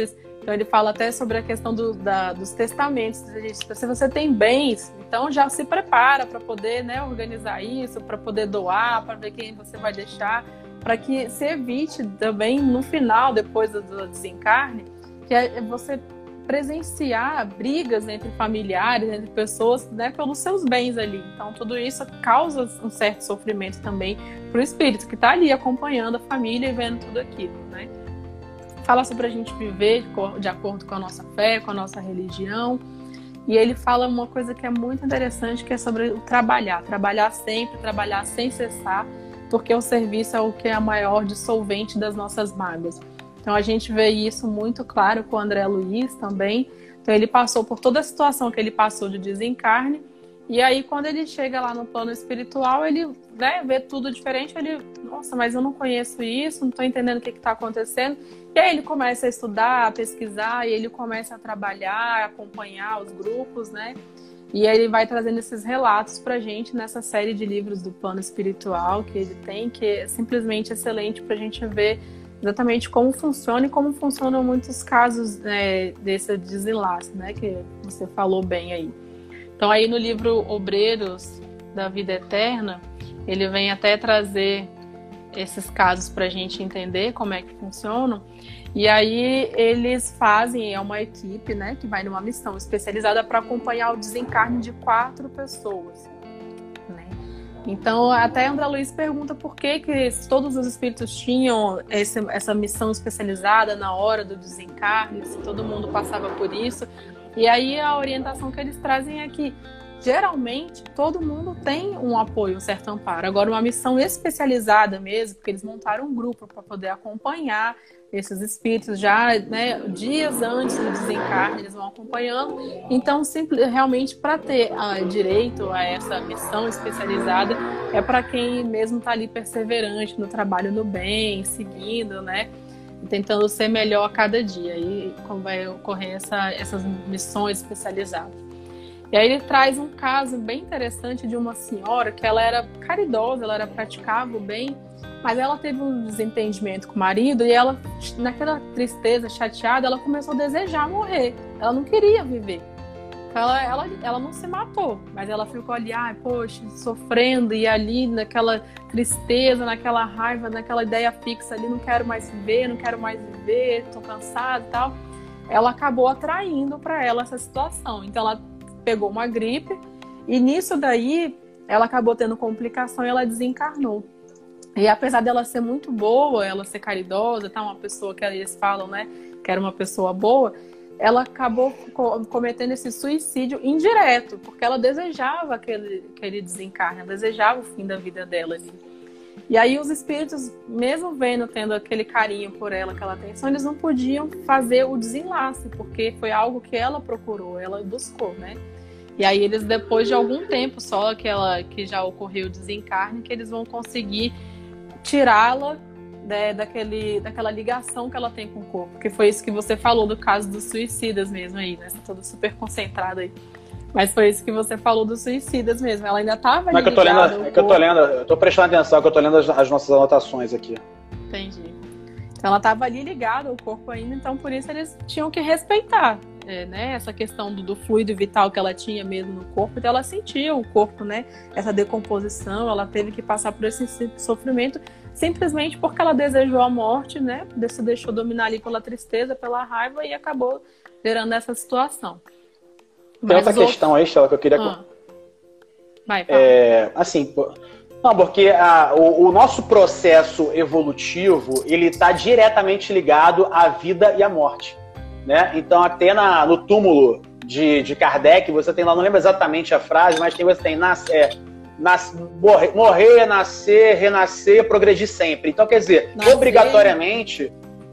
S2: Então ele fala até sobre a questão dos testamentos. Se você tem bens, então já se prepara para poder, né, organizar isso, para poder doar, para ver quem você vai deixar, para que se evite também no final, depois do desencarne, que é você presenciar brigas entre familiares, entre pessoas, né, pelos seus bens ali. Então tudo isso causa um certo sofrimento também para o espírito que está ali acompanhando a família e vendo tudo aquilo, né? Fala sobre a gente viver de acordo com a nossa fé, com a nossa religião. E ele fala uma coisa que é muito interessante, que é sobre o trabalhar. Trabalhar sempre, trabalhar sem cessar, porque o serviço é o que é a maior dissolvente das nossas mágoas. Então a gente vê isso muito claro com o André Luiz também. Então ele passou por toda a situação que ele passou de desencarne. E aí quando ele chega lá no plano espiritual, ele, né, vê tudo diferente. Ele, nossa, mas eu não conheço isso, não estou entendendo o que está acontecendo. E aí ele começa a estudar, a pesquisar, e ele começa a trabalhar, a acompanhar os grupos, né? E aí ele vai trazendo esses relatos pra gente nessa série de livros do plano espiritual que ele tem, que é simplesmente excelente pra gente ver exatamente como funciona e como funcionam muitos casos, né, desse desenlace, né? Que você falou bem aí. Então aí no livro Obreiros da Vida Eterna, ele vem até trazer esses casos para a gente entender como é que funcionam. E aí eles fazem, é uma equipe, né, que vai numa missão especializada para acompanhar o desencarne de 4 pessoas, né? Então até André Luiz pergunta por que todos os espíritos tinham essa missão especializada na hora do desencarne, se todo mundo passava por isso. E aí a orientação que eles trazem é que geralmente todo mundo tem um apoio, um certo amparo. Agora, uma missão especializada mesmo, porque eles montaram um grupo para poder acompanhar esses espíritos já, né, dias antes do desencarne, eles vão acompanhando. Então, realmente, para ter direito a essa missão especializada, é para quem mesmo está ali perseverante no trabalho no bem, seguindo, né, tentando ser melhor a cada dia. Aí vai ocorrer essas missões especializadas. E aí ele traz um caso bem interessante de uma senhora que ela era caridosa, ela praticava o bem, mas ela teve um desentendimento com o marido e ela, naquela tristeza, chateada, ela começou a desejar morrer. Ela não queria viver. Então ela não se matou, mas ela ficou ali, poxa, sofrendo, e ali naquela tristeza, naquela raiva, naquela ideia fixa ali, não quero mais viver, não quero mais viver, tô cansada e tal. Ela acabou atraindo para ela essa situação. Então ela pegou uma gripe e nisso daí ela acabou tendo complicação e ela desencarnou. E apesar dela ser muito boa, ela ser caridosa, tá, uma pessoa que eles falam, né, que era uma pessoa boa, ela acabou cometendo esse suicídio indireto, porque ela desejava aquele desencarne, ela desejava o fim da vida dela ali. E aí os espíritos, mesmo tendo aquele carinho por ela, aquela atenção, eles não podiam fazer o desenlace, porque foi algo que ela procurou, ela buscou, né? E aí eles, depois de algum tempo só que já ocorreu o desencarne, que eles vão conseguir tirá-la, né, daquela ligação que ela tem com o corpo. Porque foi isso que você falou do caso dos suicidas mesmo aí, né? Você tá todo super concentrado aí. Mas foi isso que você falou dos suicidas mesmo. Ela ainda estava ali ligada.
S1: Eu tô prestando atenção, que eu tô lendo as nossas anotações aqui.
S2: Entendi. Então ela estava ali ligada ao corpo ainda, então por isso eles tinham que respeitar, né, essa questão do fluido vital que ela tinha mesmo no corpo. Então ela sentia o corpo, né, essa decomposição, ela teve que passar por esse sofrimento simplesmente porque ela desejou a morte, né, se deixou dominar ali pela tristeza, pela raiva e acabou gerando essa situação.
S1: Tem outra questão aí, Stella, que eu queria...
S2: Vai, fala.
S1: Assim, não, porque o nosso processo evolutivo, ele está diretamente ligado à vida e à morte, né? Então, até no túmulo de Kardec, você tem lá, não lembro exatamente a frase, mas você tem morrer, nascer, renascer, progredir sempre. Então, quer dizer, obrigatoriamente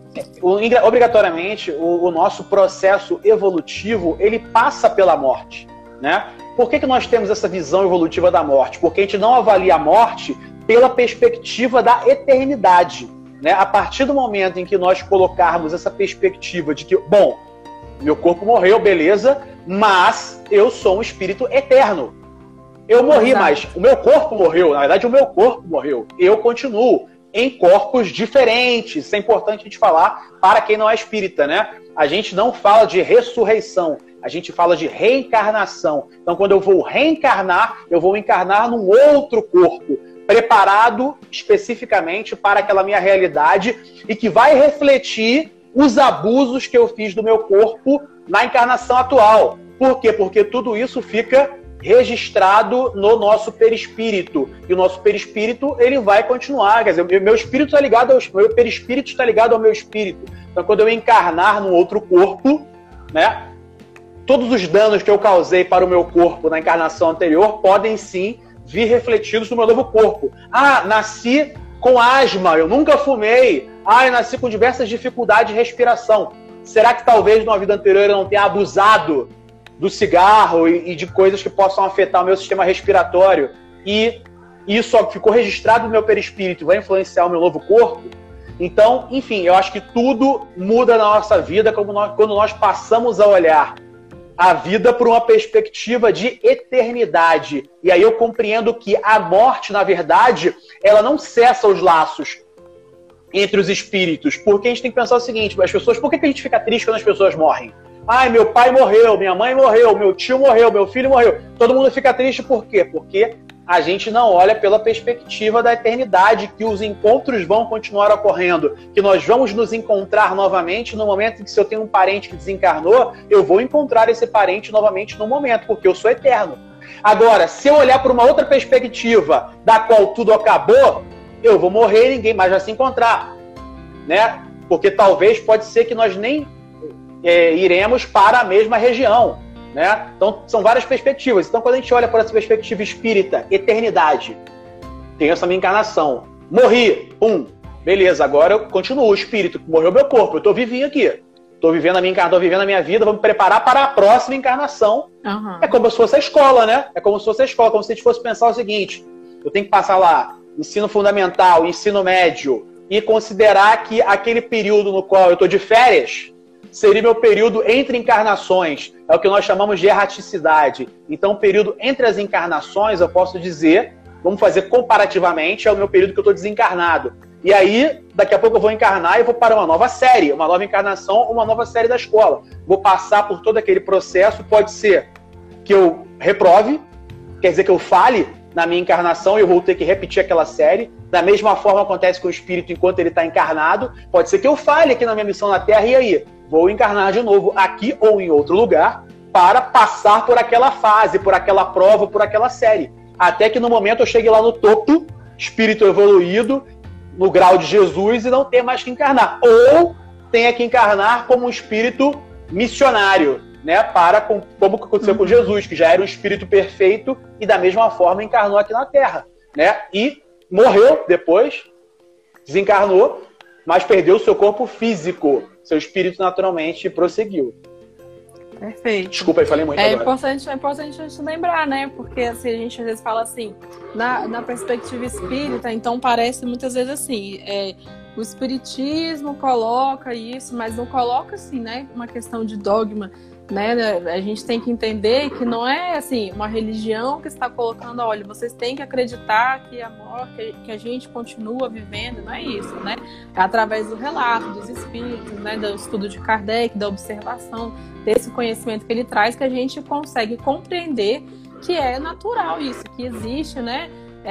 S1: o nosso processo evolutivo, ele passa pela morte, né? Por que nós temos essa visão evolutiva da morte? Porque a gente não avalia a morte pela perspectiva da eternidade, né? A partir do momento em que nós colocarmos essa perspectiva de que, bom, meu corpo morreu, beleza, mas eu sou um espírito eterno. Eu morri, mas o meu corpo morreu. Na verdade, o meu corpo morreu. Eu continuo em corpos diferentes. Isso é importante a gente falar para quem não é espírita, né? a gente não fala de ressurreição, a gente fala de reencarnação. Então, quando eu vou reencarnar, eu vou encarnar num outro corpo, preparado especificamente para aquela minha realidade e que vai refletir os abusos que eu fiz do meu corpo na encarnação atual. Por quê? Porque tudo isso fica registrado no nosso perispírito. E o nosso perispírito, ele vai continuar. Quer dizer, meu espírito está ligado meu perispírito está ligado ao meu espírito. Então, quando eu encarnar num outro corpo, né, todos os danos que eu causei para o meu corpo na encarnação anterior podem sim vir refletidos no meu novo corpo. Ah, nasci com asma, eu nunca fumei. Ah, eu nasci com diversas dificuldades de respiração. Será que talvez numa vida anterior eu não tenha abusado do cigarro e de coisas que possam afetar o meu sistema respiratório? E isso ficou registrado no meu perispírito, vai influenciar o meu novo corpo? Então, enfim, eu acho que tudo muda na nossa vida quando nós passamos a olhar a vida por uma perspectiva de eternidade. E aí eu compreendo que a morte, na verdade, ela não cessa os laços entre os espíritos. Porque a gente tem que pensar o seguinte, as pessoas, por que a gente fica triste quando as pessoas morrem? Ai, meu pai morreu, minha mãe morreu, meu tio morreu, meu filho morreu. Todo mundo fica triste por quê? Porque a gente não olha pela perspectiva da eternidade, que os encontros vão continuar ocorrendo, que nós vamos nos encontrar novamente no momento em que, se eu tenho um parente que desencarnou, eu vou encontrar esse parente novamente no momento, porque eu sou eterno. Agora, se eu olhar por uma outra perspectiva, da qual tudo acabou, eu vou morrer e ninguém mais vai se encontrar, né? Porque talvez pode ser que nós nem iremos para a mesma região, né? Então, são várias perspectivas. Então, quando a gente olha por essa perspectiva espírita, eternidade, tem essa minha encarnação. Morri, pum, beleza, agora eu continuo, o espírito, morreu meu corpo, eu estou vivinho aqui. Estou vivendo a minha vida, vou me preparar para a próxima encarnação. Uhum. É como se fosse a escola, né? É como se fosse a escola, como se a gente fosse pensar o seguinte, eu tenho que passar lá ensino fundamental, ensino médio, e considerar que aquele período no qual eu estou de férias seria meu período entre encarnações. É o que nós chamamos de erraticidade. Então, o período entre as encarnações, eu posso dizer, vamos fazer comparativamente, é o meu período que eu estou desencarnado. E aí, daqui a pouco eu vou encarnar e vou para uma nova série, uma nova encarnação, uma nova série da escola. Vou passar por todo aquele processo, pode ser que eu reprove, quer dizer que eu fale na minha encarnação e eu vou ter que repetir aquela série. Da mesma forma acontece com o espírito enquanto ele está encarnado. Pode ser que eu falhe aqui na minha missão na Terra e aí vou encarnar de novo aqui ou em outro lugar para passar por aquela fase, por aquela prova, por aquela série. Até que no momento eu chegue lá no topo, espírito evoluído, no grau de Jesus, e não tenha mais que encarnar. Ou tenha que encarnar como um espírito missionário, né? Como aconteceu com Jesus, que já era um espírito perfeito e da mesma forma encarnou aqui na Terra, né? E morreu depois, desencarnou, mas perdeu o seu corpo físico. Seu espírito naturalmente prosseguiu.
S2: Perfeito.
S1: Desculpa, eu falei muito agora.
S2: É importante a gente lembrar, né? Porque assim, a gente às vezes fala assim, na perspectiva espírita, então parece muitas vezes assim, o espiritismo coloca isso, mas não coloca assim, né? Uma questão de dogma, né? A gente tem que entender que não é assim uma religião que está colocando, olha, vocês têm que acreditar que a morte, que a gente continua vivendo, não é isso, né? É através do relato dos espíritos, né? Do estudo de Kardec, da observação, desse conhecimento que ele traz, que a gente consegue compreender que é natural isso, que existe, né?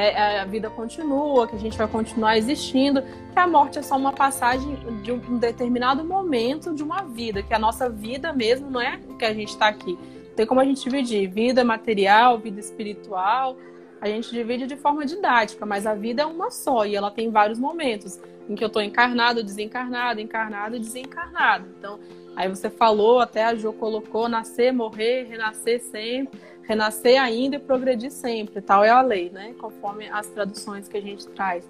S2: A vida continua, que a gente vai continuar existindo, que a morte é só uma passagem de um determinado momento de uma vida, que a nossa vida mesmo não é o que a gente está aqui. Tem como a gente dividir vida material, vida espiritual, a gente divide de forma didática, mas a vida é uma só e ela tem vários momentos em que eu estou encarnado, desencarnado, encarnado e desencarnado. Então, aí você falou, até a Jo colocou, nascer, morrer, renascer sempre, renascer ainda e progredir sempre, tal é a lei, né? Conforme as traduções que a gente traz.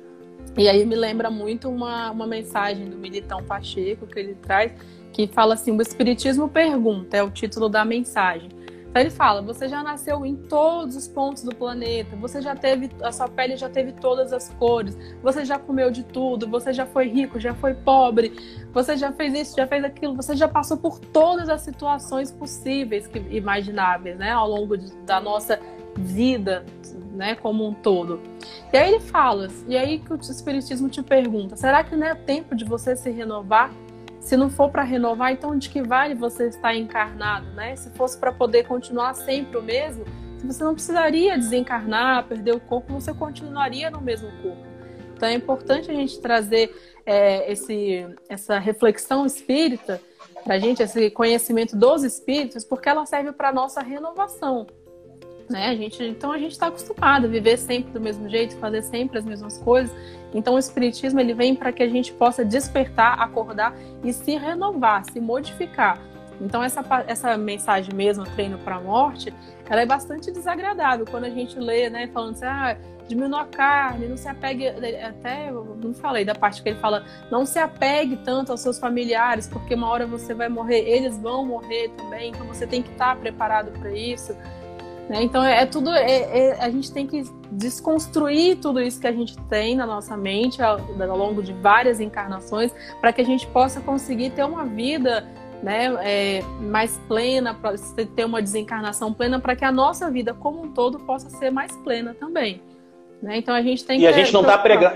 S2: E aí me lembra muito uma mensagem do Militão Pacheco que ele traz, que fala assim, o Espiritismo Pergunta, é o título da mensagem. Então ele fala, você já nasceu em todos os pontos do planeta, você já teve, a sua pele já teve todas as cores, você já comeu de tudo, você já foi rico, já foi pobre, você já fez isso, já fez aquilo, você já passou por todas as situações possíveis, imagináveis, né, ao longo da nossa vida, né, como um todo. E aí ele fala, e aí que o Espiritismo te pergunta, será que não é tempo de você se renovar? Se não for para renovar, então de que vale você estar encarnado, né? Se fosse para poder continuar sempre o mesmo, você não precisaria desencarnar, perder o corpo, você continuaria no mesmo corpo. Então é importante a gente trazer essa reflexão espírita para a gente, esse conhecimento dos espíritos, porque ela serve para a nossa renovação. Né? Então a gente está acostumado a viver sempre do mesmo jeito, fazer sempre as mesmas coisas. Então o Espiritismo ele vem para que a gente possa despertar, acordar e se renovar, se modificar. Então essa mensagem mesmo, Treino para a Morte, ela é bastante desagradável quando a gente lê, né, falando assim, diminua a carne, não se apegue, até eu não falei da parte que ele fala, não se apegue tanto aos seus familiares, porque uma hora você vai morrer, eles vão morrer também, então você tem que estar preparado para isso. Então a gente tem que desconstruir tudo isso que a gente tem na nossa mente ao longo de várias encarnações para que a gente possa conseguir ter uma vida, né, mais plena, para ter uma desencarnação plena, para que a nossa vida como um todo possa ser mais plena também. Né? Então a gente tem que...
S1: E a gente não está pregando...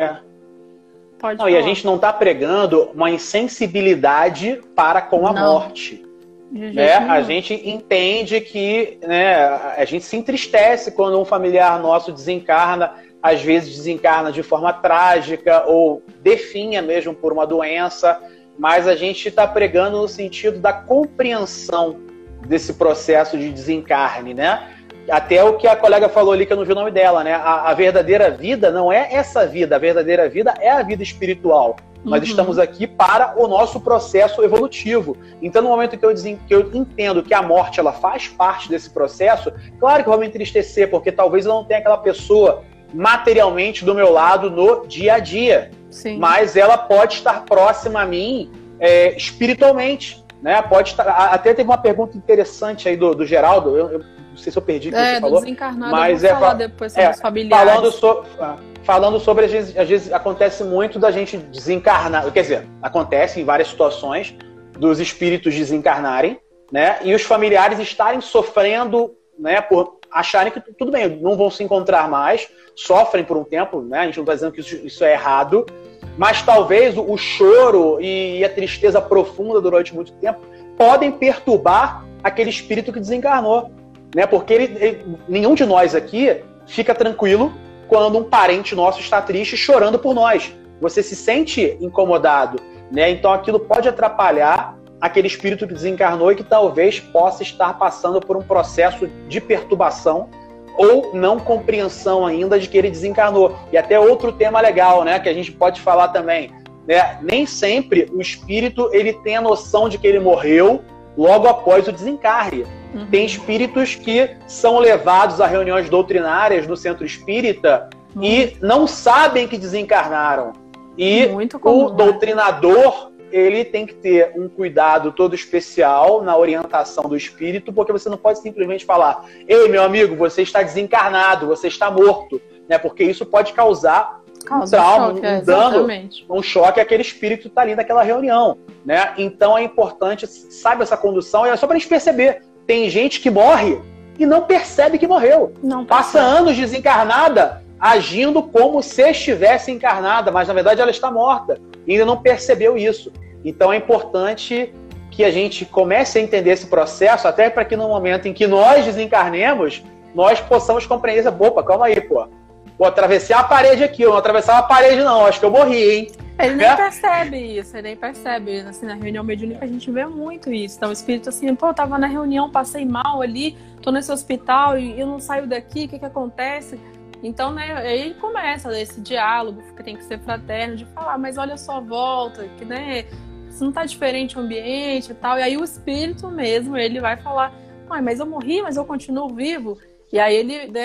S1: E a gente não está pregando uma insensibilidade para com a morte. Né? A gente entende que, né, a gente se entristece quando um familiar nosso desencarna, às vezes desencarna de forma trágica ou definha mesmo por uma doença, mas a gente está pregando no sentido da compreensão desse processo de desencarne, né? Até o que a colega falou ali, que eu não vi o nome dela, né? A verdadeira vida não é essa vida, a verdadeira vida é a vida espiritual. Nós estamos aqui para o nosso processo evolutivo. Então, no momento que eu entendo que a morte ela faz parte desse processo, claro que eu vou me entristecer, porque talvez eu não tenha aquela pessoa materialmente do meu lado no dia a dia. Sim. Mas ela pode estar próxima a mim espiritualmente. Né? Pode estar... Até teve uma pergunta interessante aí do Geraldo, eu não sei se eu perdi o que você falou. Mas
S2: eu vou falar depois sobre os familiares.
S1: Falando sobre, às vezes acontece muito da gente desencarnar, quer dizer, acontece em várias situações dos espíritos desencarnarem, né, e os familiares estarem sofrendo, né, por acharem que tudo bem, não vão se encontrar mais, sofrem por um tempo, né, a gente não está dizendo que isso é errado, mas talvez o choro e a tristeza profunda durante muito tempo podem perturbar aquele espírito que desencarnou, né, porque nenhum de nós aqui fica tranquilo quando um parente nosso está triste chorando por nós. Você se sente incomodado, né? Então aquilo pode atrapalhar aquele espírito que desencarnou e que talvez possa estar passando por um processo de perturbação ou não compreensão ainda de que ele desencarnou. E até outro tema legal, né, que a gente pode falar também, né? Nem sempre o espírito ele tem a noção de que ele morreu logo após o desencarne. Tem espíritos que são levados a reuniões doutrinárias no centro espírita e não sabem que desencarnaram. E o doutrinador, ele tem que ter um cuidado todo especial na orientação do espírito, porque você não pode simplesmente falar: ei, meu amigo, você está desencarnado, você está morto, né? Porque isso pode causar um trauma, um dano, um choque àquele espírito que está ali naquela reunião, né? Então é importante, sabe, essa condução, e é só para a gente perceber. Tem gente que morre e não percebe que morreu. Passa anos desencarnada, agindo como se estivesse encarnada, mas na verdade ela está morta e ainda não percebeu isso. Então é importante que a gente comece a entender esse processo, até para que no momento em que nós desencarnemos, nós possamos compreender. Opa, calma aí, pô. Vou atravessar a parede aqui, eu não atravessava a parede não, acho que eu morri, hein?
S2: Ele nem percebe isso, ele nem percebe. Assim, na reunião mediúnica a gente vê muito isso. Então o espírito assim, pô, eu tava na reunião, passei mal ali, tô nesse hospital e eu não saio daqui, o que acontece? Então, né, aí começa esse diálogo, que tem que ser fraterno, de falar, mas olha só a volta, que, né, se não tá diferente o ambiente e tal. E aí o espírito mesmo, ele vai falar, mas eu morri, mas eu continuo vivo. E aí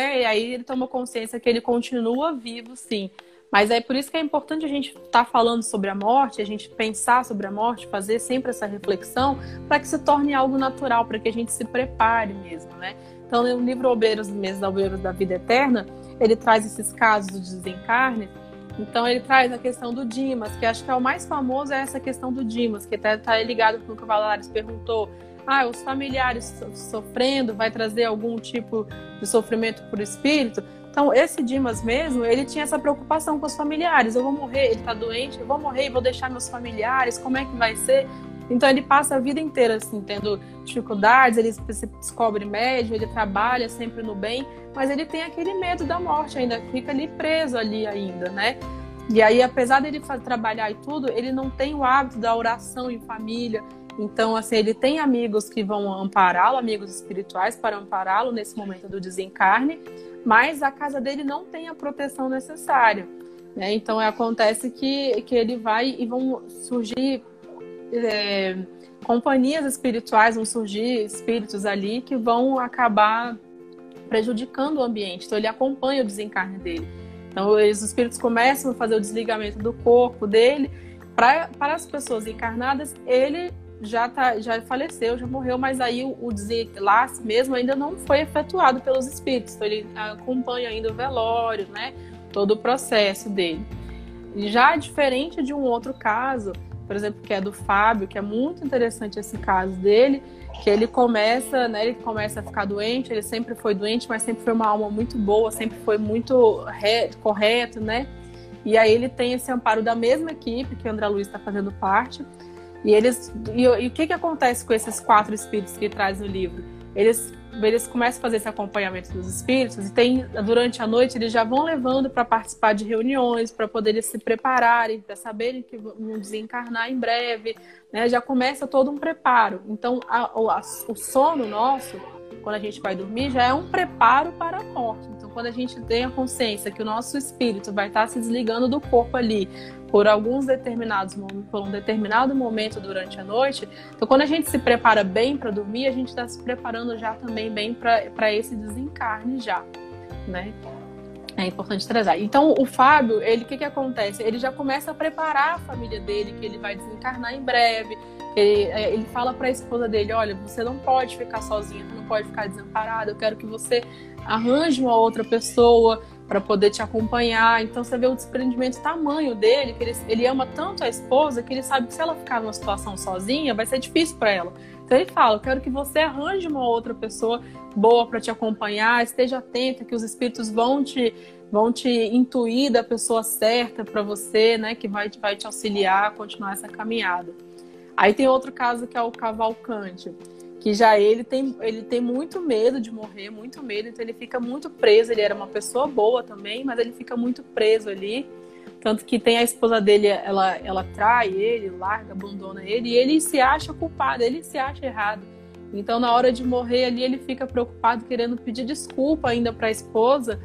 S2: ele toma consciência que ele continua vivo, sim. Mas é por isso que é importante a gente estar falando sobre a morte, a gente pensar sobre a morte, fazer sempre essa reflexão, para que se torne algo natural, para que a gente se prepare mesmo, né? Então, no livro Obreiros da Vida Eterna, ele traz esses casos de desencarne. Então, ele traz a questão do Dimas, que acho que é o mais famoso, é essa questão do Dimas, que até está ligado com o que o Valadares perguntou. Os familiares sofrendo, vai trazer algum tipo de sofrimento para o espírito? Então, esse Dimas mesmo, ele tinha essa preocupação com os familiares. Eu vou morrer, ele está doente, eu vou morrer e vou deixar meus familiares, como é que vai ser? Então ele passa a vida inteira assim, tendo dificuldades, ele se descobre médium, ele trabalha sempre no bem, mas ele tem aquele medo da morte ainda, fica ali preso ali ainda, né? E aí, apesar dele trabalhar e tudo, ele não tem o hábito da oração em família. Então, assim, ele tem amigos que vão ampará-lo, amigos espirituais para ampará-lo nesse momento do desencarne, mas a casa dele não tem a proteção necessária, né? Então, acontece que ele vai e vão surgir companhias espirituais, vão surgir espíritos ali que vão acabar prejudicando o ambiente. Então, ele acompanha o desencarne dele. Então, os espíritos começam a fazer o desligamento do corpo dele. Para as pessoas encarnadas, ele já faleceu, já morreu, mas aí o desenlace mesmo ainda não foi efetuado pelos espíritos. Então, ele acompanha ainda o velório, né? Todo o processo dele. Já diferente de um outro caso, por exemplo, que é do Fábio, que é muito interessante esse caso dele, que ele começa a ficar doente, ele sempre foi doente, mas sempre foi uma alma muito boa, sempre foi muito correto, né? E aí ele tem esse amparo da mesma equipe que o André Luiz está fazendo parte. E o que acontece com esses 4 espíritos que traz no livro? Eles começam a fazer esse acompanhamento dos espíritos e durante a noite eles já vão levando para participar de reuniões, para poderem se prepararem, para saberem que vão desencarnar em breve, né? Já começa todo um preparo. Então, o sono nosso, quando a gente vai dormir, já é um preparo para a morte. Então, quando a gente tem a consciência que o nosso espírito vai estar se desligando do corpo ali por um determinado momento durante a noite, então quando a gente se prepara bem para dormir, a gente está se preparando já também bem para esse desencarne já, né? É importante trazer. Então, o Fábio, o que acontece? Ele já começa a preparar a família dele, que ele vai desencarnar em breve. Ele fala para a esposa dele, olha, você não pode ficar sozinha, você não pode ficar desamparada, eu quero que você arranje uma outra pessoa para poder te acompanhar. Então, você vê o desprendimento tamanho dele, que ele ama tanto a esposa, que ele sabe que se ela ficar numa situação sozinha, vai ser difícil para ela. Então, ele fala, eu quero que você arranje uma outra pessoa boa para te acompanhar, esteja atenta, que os espíritos vão te intuir da pessoa certa para você, né, que vai te auxiliar a continuar essa caminhada. Aí tem outro caso que é o Cavalcante, que já ele tem muito medo de morrer, muito medo, então ele fica muito preso. Ele era uma pessoa boa também, mas ele fica muito preso ali. Tanto que tem a esposa dele, ela trai ele, larga, abandona ele, e ele se acha culpado, ele se acha errado. Então, na hora de morrer ali, ele fica preocupado, querendo pedir desculpa ainda para a esposa.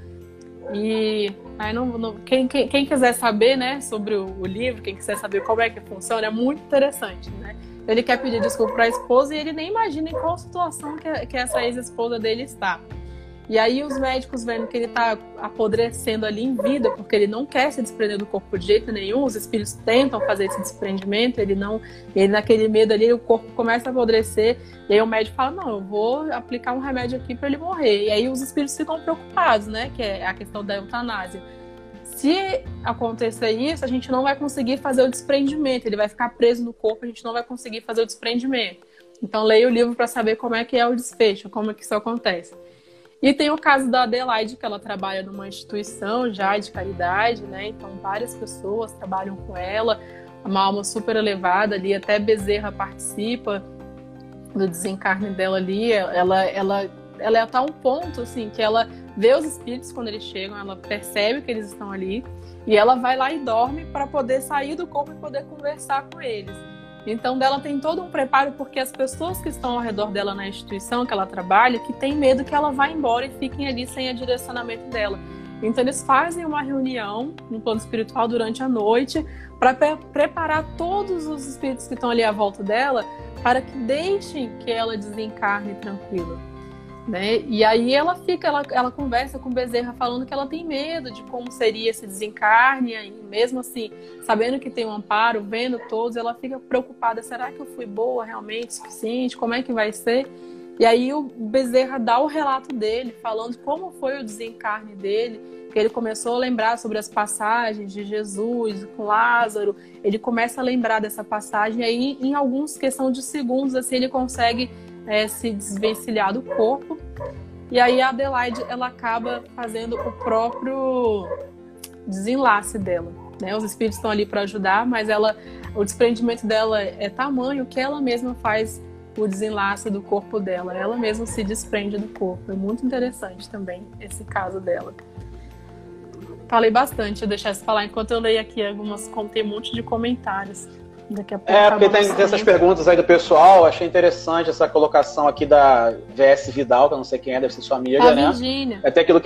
S2: E aí quem quiser saber, né, sobre o livro, quem quiser saber como é que funciona, é muito interessante, né? Ele quer pedir desculpa para a esposa e ele nem imagina em qual situação que essa ex-esposa dele está. E aí os médicos vendo que ele está apodrecendo ali em vida, porque ele não quer se desprender do corpo de jeito nenhum, os espíritos tentam fazer esse desprendimento, ele naquele medo ali, o corpo começa a apodrecer, e aí o médico fala, não, eu vou aplicar um remédio aqui para ele morrer. E aí os espíritos ficam preocupados, né, que é a questão da eutanásia. Se acontecer isso, a gente não vai conseguir fazer o desprendimento, ele vai ficar preso no corpo, a gente não vai conseguir fazer o desprendimento. Então leia o livro para saber como é que é o desfecho, como é que isso acontece. E tem o caso da Adelaide, que ela trabalha numa instituição já de caridade, né? Então várias pessoas trabalham com ela, uma alma super elevada ali, até Bezerra participa do desencarne dela ali. Ela é a tal ponto, assim, que ela vê os espíritos quando eles chegam, ela percebe que eles estão ali, e ela vai lá e dorme para poder sair do corpo e poder conversar com eles. Então, dela tem todo um preparo, porque as pessoas que estão ao redor dela na instituição que ela trabalha, que tem medo que ela vá embora e fiquem ali sem o direcionamento dela. Então, eles fazem uma reunião no plano espiritual durante a noite para preparar todos os espíritos que estão ali à volta dela para que deixem que ela desencarne tranquila, né? E aí ela conversa com Bezerra falando que ela tem medo de como seria esse desencarne, e mesmo assim, sabendo que tem um amparo, vendo todos, ela fica preocupada, será que eu fui boa realmente, suficiente, como é que vai ser? E aí o Bezerra dá o relato dele, falando como foi o desencarne dele, que ele começou a lembrar sobre as passagens de Jesus com Lázaro, ele começa a lembrar dessa passagem, e aí em alguns questão de segundos, assim, ele consegue se desvencilhar do corpo. E aí a Adelaide, ela acaba fazendo o próprio desenlace dela, né? Os espíritos estão ali para ajudar, mas ela o desprendimento dela é tamanho que ela mesma faz o desenlace do corpo dela. Ela mesma se desprende do corpo. É muito interessante também esse caso dela. Falei bastante, eu deixar você falar enquanto eu leio aqui tem um monte de comentários. Daqui a pouco
S1: porque tem essas perguntas aí do pessoal, achei interessante essa colocação aqui da VS Vidal, que eu não sei quem é, deve ser sua amiga, né?
S2: Virgínia.
S1: Até aquilo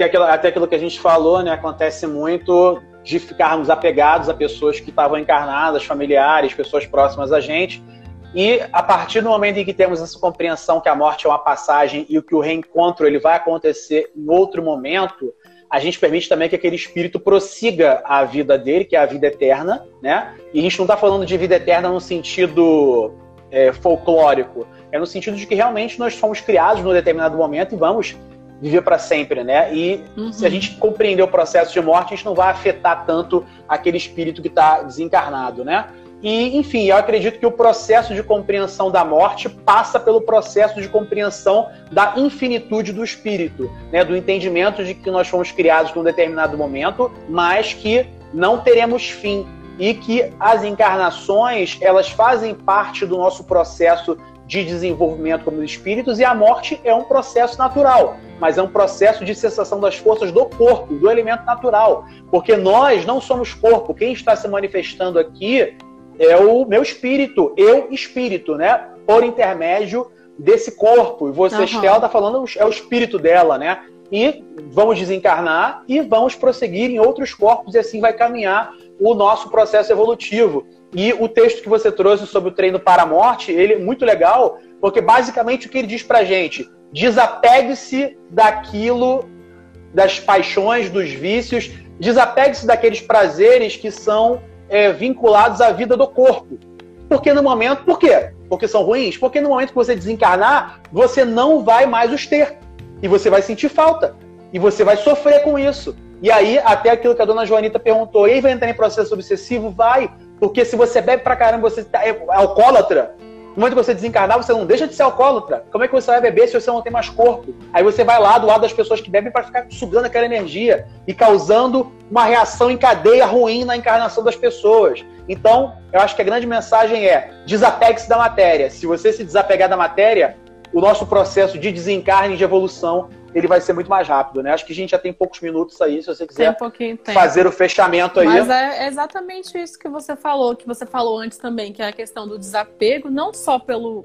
S1: que a gente falou, né? Acontece muito de ficarmos apegados a pessoas que estavam encarnadas, familiares, pessoas próximas a gente, e a partir do momento em que temos essa compreensão que a morte é uma passagem e que o reencontro ele vai acontecer em outro momento, a gente permite também que aquele espírito prossiga a vida dele, que é a vida eterna, né? E a gente não está falando de vida eterna no sentido folclórico, é no sentido de que realmente nós fomos criados num determinado momento e vamos viver para sempre, né? E se a gente compreender o processo de morte, a gente não vai afetar tanto aquele espírito que está desencarnado, né? E, enfim, eu acredito que o processo de compreensão da morte passa pelo processo de compreensão da infinitude do espírito, né? Do entendimento de que nós fomos criados num determinado momento, mas que não teremos fim. E que as encarnações, elas fazem parte do nosso processo de desenvolvimento como espíritos, e a morte é um processo natural, mas é um processo de cessação das forças do corpo, do elemento natural. Porque nós não somos corpo. Quem está se manifestando aqui é o meu espírito, espírito, né? Por intermédio desse corpo. E você, Estela, está falando, é o espírito dela, né? E vamos desencarnar e vamos prosseguir em outros corpos, e assim vai caminhar o nosso processo evolutivo. E o texto que você trouxe sobre o treino para a morte, ele é muito legal, porque basicamente o que ele diz pra gente: desapegue-se daquilo, das paixões, dos vícios, desapegue-se daqueles prazeres que são vinculados à vida do corpo. Porque no momento, por quê? Porque são ruins? Porque no momento que você desencarnar, você não vai mais os ter. E você vai sentir falta. E você vai sofrer com isso. E aí, até aquilo que a dona Joanita perguntou, e aí vai entrar em processo obsessivo? Vai. Porque se você bebe pra caramba, você é alcoólatra, no momento que você desencarnar, você não deixa de ser alcoólatra. Como é que você vai beber se você não tem mais corpo? Aí você vai lá do lado das pessoas que bebem para ficar sugando aquela energia e causando uma reação em cadeia ruim na encarnação das pessoas. Então, eu acho que a grande mensagem é: desapegue-se da matéria. Se você se desapegar da matéria, o nosso processo de desencarne e de evolução, ele vai ser muito mais rápido, né? Acho que a gente já tem poucos minutos aí, se você quiser fazer o fechamento aí.
S2: Mas é exatamente isso que você falou antes também, que é a questão do desapego, não só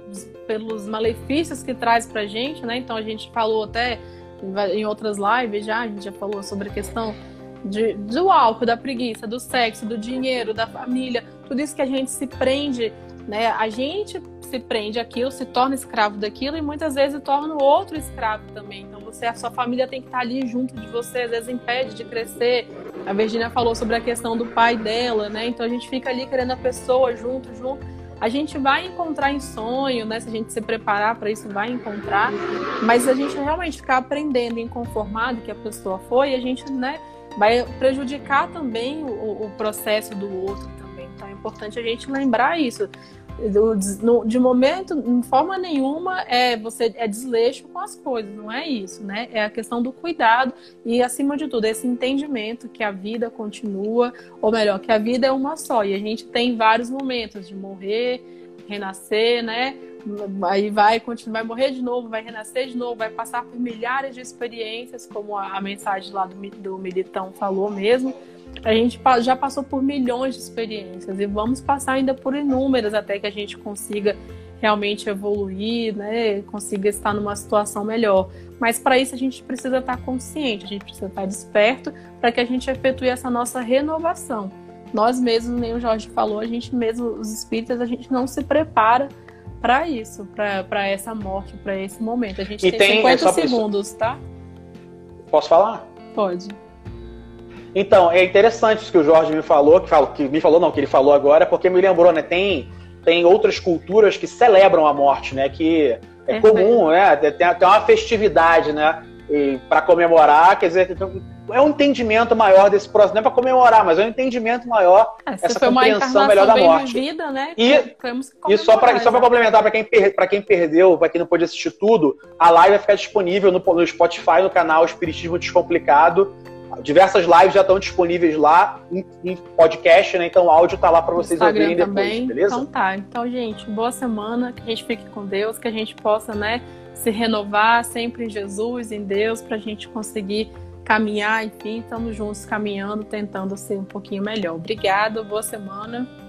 S2: pelos malefícios que traz pra gente, né? Então a gente falou até em outras lives a gente já falou sobre a questão do álcool, da preguiça, do sexo, do dinheiro, da família, tudo isso que a gente se prende, né? A gente se prende àquilo, se torna escravo daquilo e muitas vezes torna o outro escravo também. Então a sua família tem que estar ali junto de você, às vezes impede de crescer. A Virgínia falou sobre a questão do pai dela, né? Então a gente fica ali querendo a pessoa junto. A gente vai encontrar em sonho, né? Se a gente se preparar para isso, vai encontrar. Mas a gente realmente ficar aprendendo inconformado que a pessoa foi, a gente, né, vai prejudicar também o processo do outro também. Então é importante a gente lembrar isso. De momento, de forma nenhuma, você é desleixo com as coisas, não é isso, né? É a questão do cuidado e, acima de tudo, esse entendimento que a vida continua, ou melhor, que a vida é uma só, e a gente tem vários momentos de morrer, renascer, né? Aí vai morrer de novo, vai renascer de novo, vai passar por milhares de experiências, como a mensagem lá do Militão falou mesmo. A gente já passou por milhões de experiências e vamos passar ainda por inúmeras até que a gente consiga realmente evoluir, né? Consiga estar numa situação melhor. Mas para isso a gente precisa estar consciente, a gente precisa estar desperto para que a gente efetue essa nossa renovação. Nós mesmos, nem o Jorge falou, a gente mesmo, os espíritas, a gente não se prepara para isso, para essa morte, para esse momento. A gente tem 50 segundos, tá?
S1: Posso falar?
S2: Pode.
S1: Então, é interessante isso que o Jorge me falou, que ele falou agora, porque me lembrou, né? Tem outras culturas que celebram a morte, né? Que é comum, né? Tem uma festividade, né? Para comemorar, quer dizer, é um entendimento maior desse processo, não é para comemorar, mas é um entendimento maior, essa compreensão melhor da morte.
S2: Vivida, né?
S1: E só para complementar, para quem perdeu, para quem não pôde assistir tudo, a live vai ficar disponível no Spotify, no canal Espiritismo Descomplicado, Diversas lives já estão disponíveis lá em podcast, né? Então o áudio tá lá para vocês ouvirem depois,
S2: também.
S1: Beleza?
S2: Então tá. Então, gente, boa semana, que a gente fique com Deus, que a gente possa, né, se renovar sempre em Jesus, em Deus, pra gente conseguir caminhar, enfim, estamos juntos caminhando, tentando ser um pouquinho melhor. Obrigada, boa semana.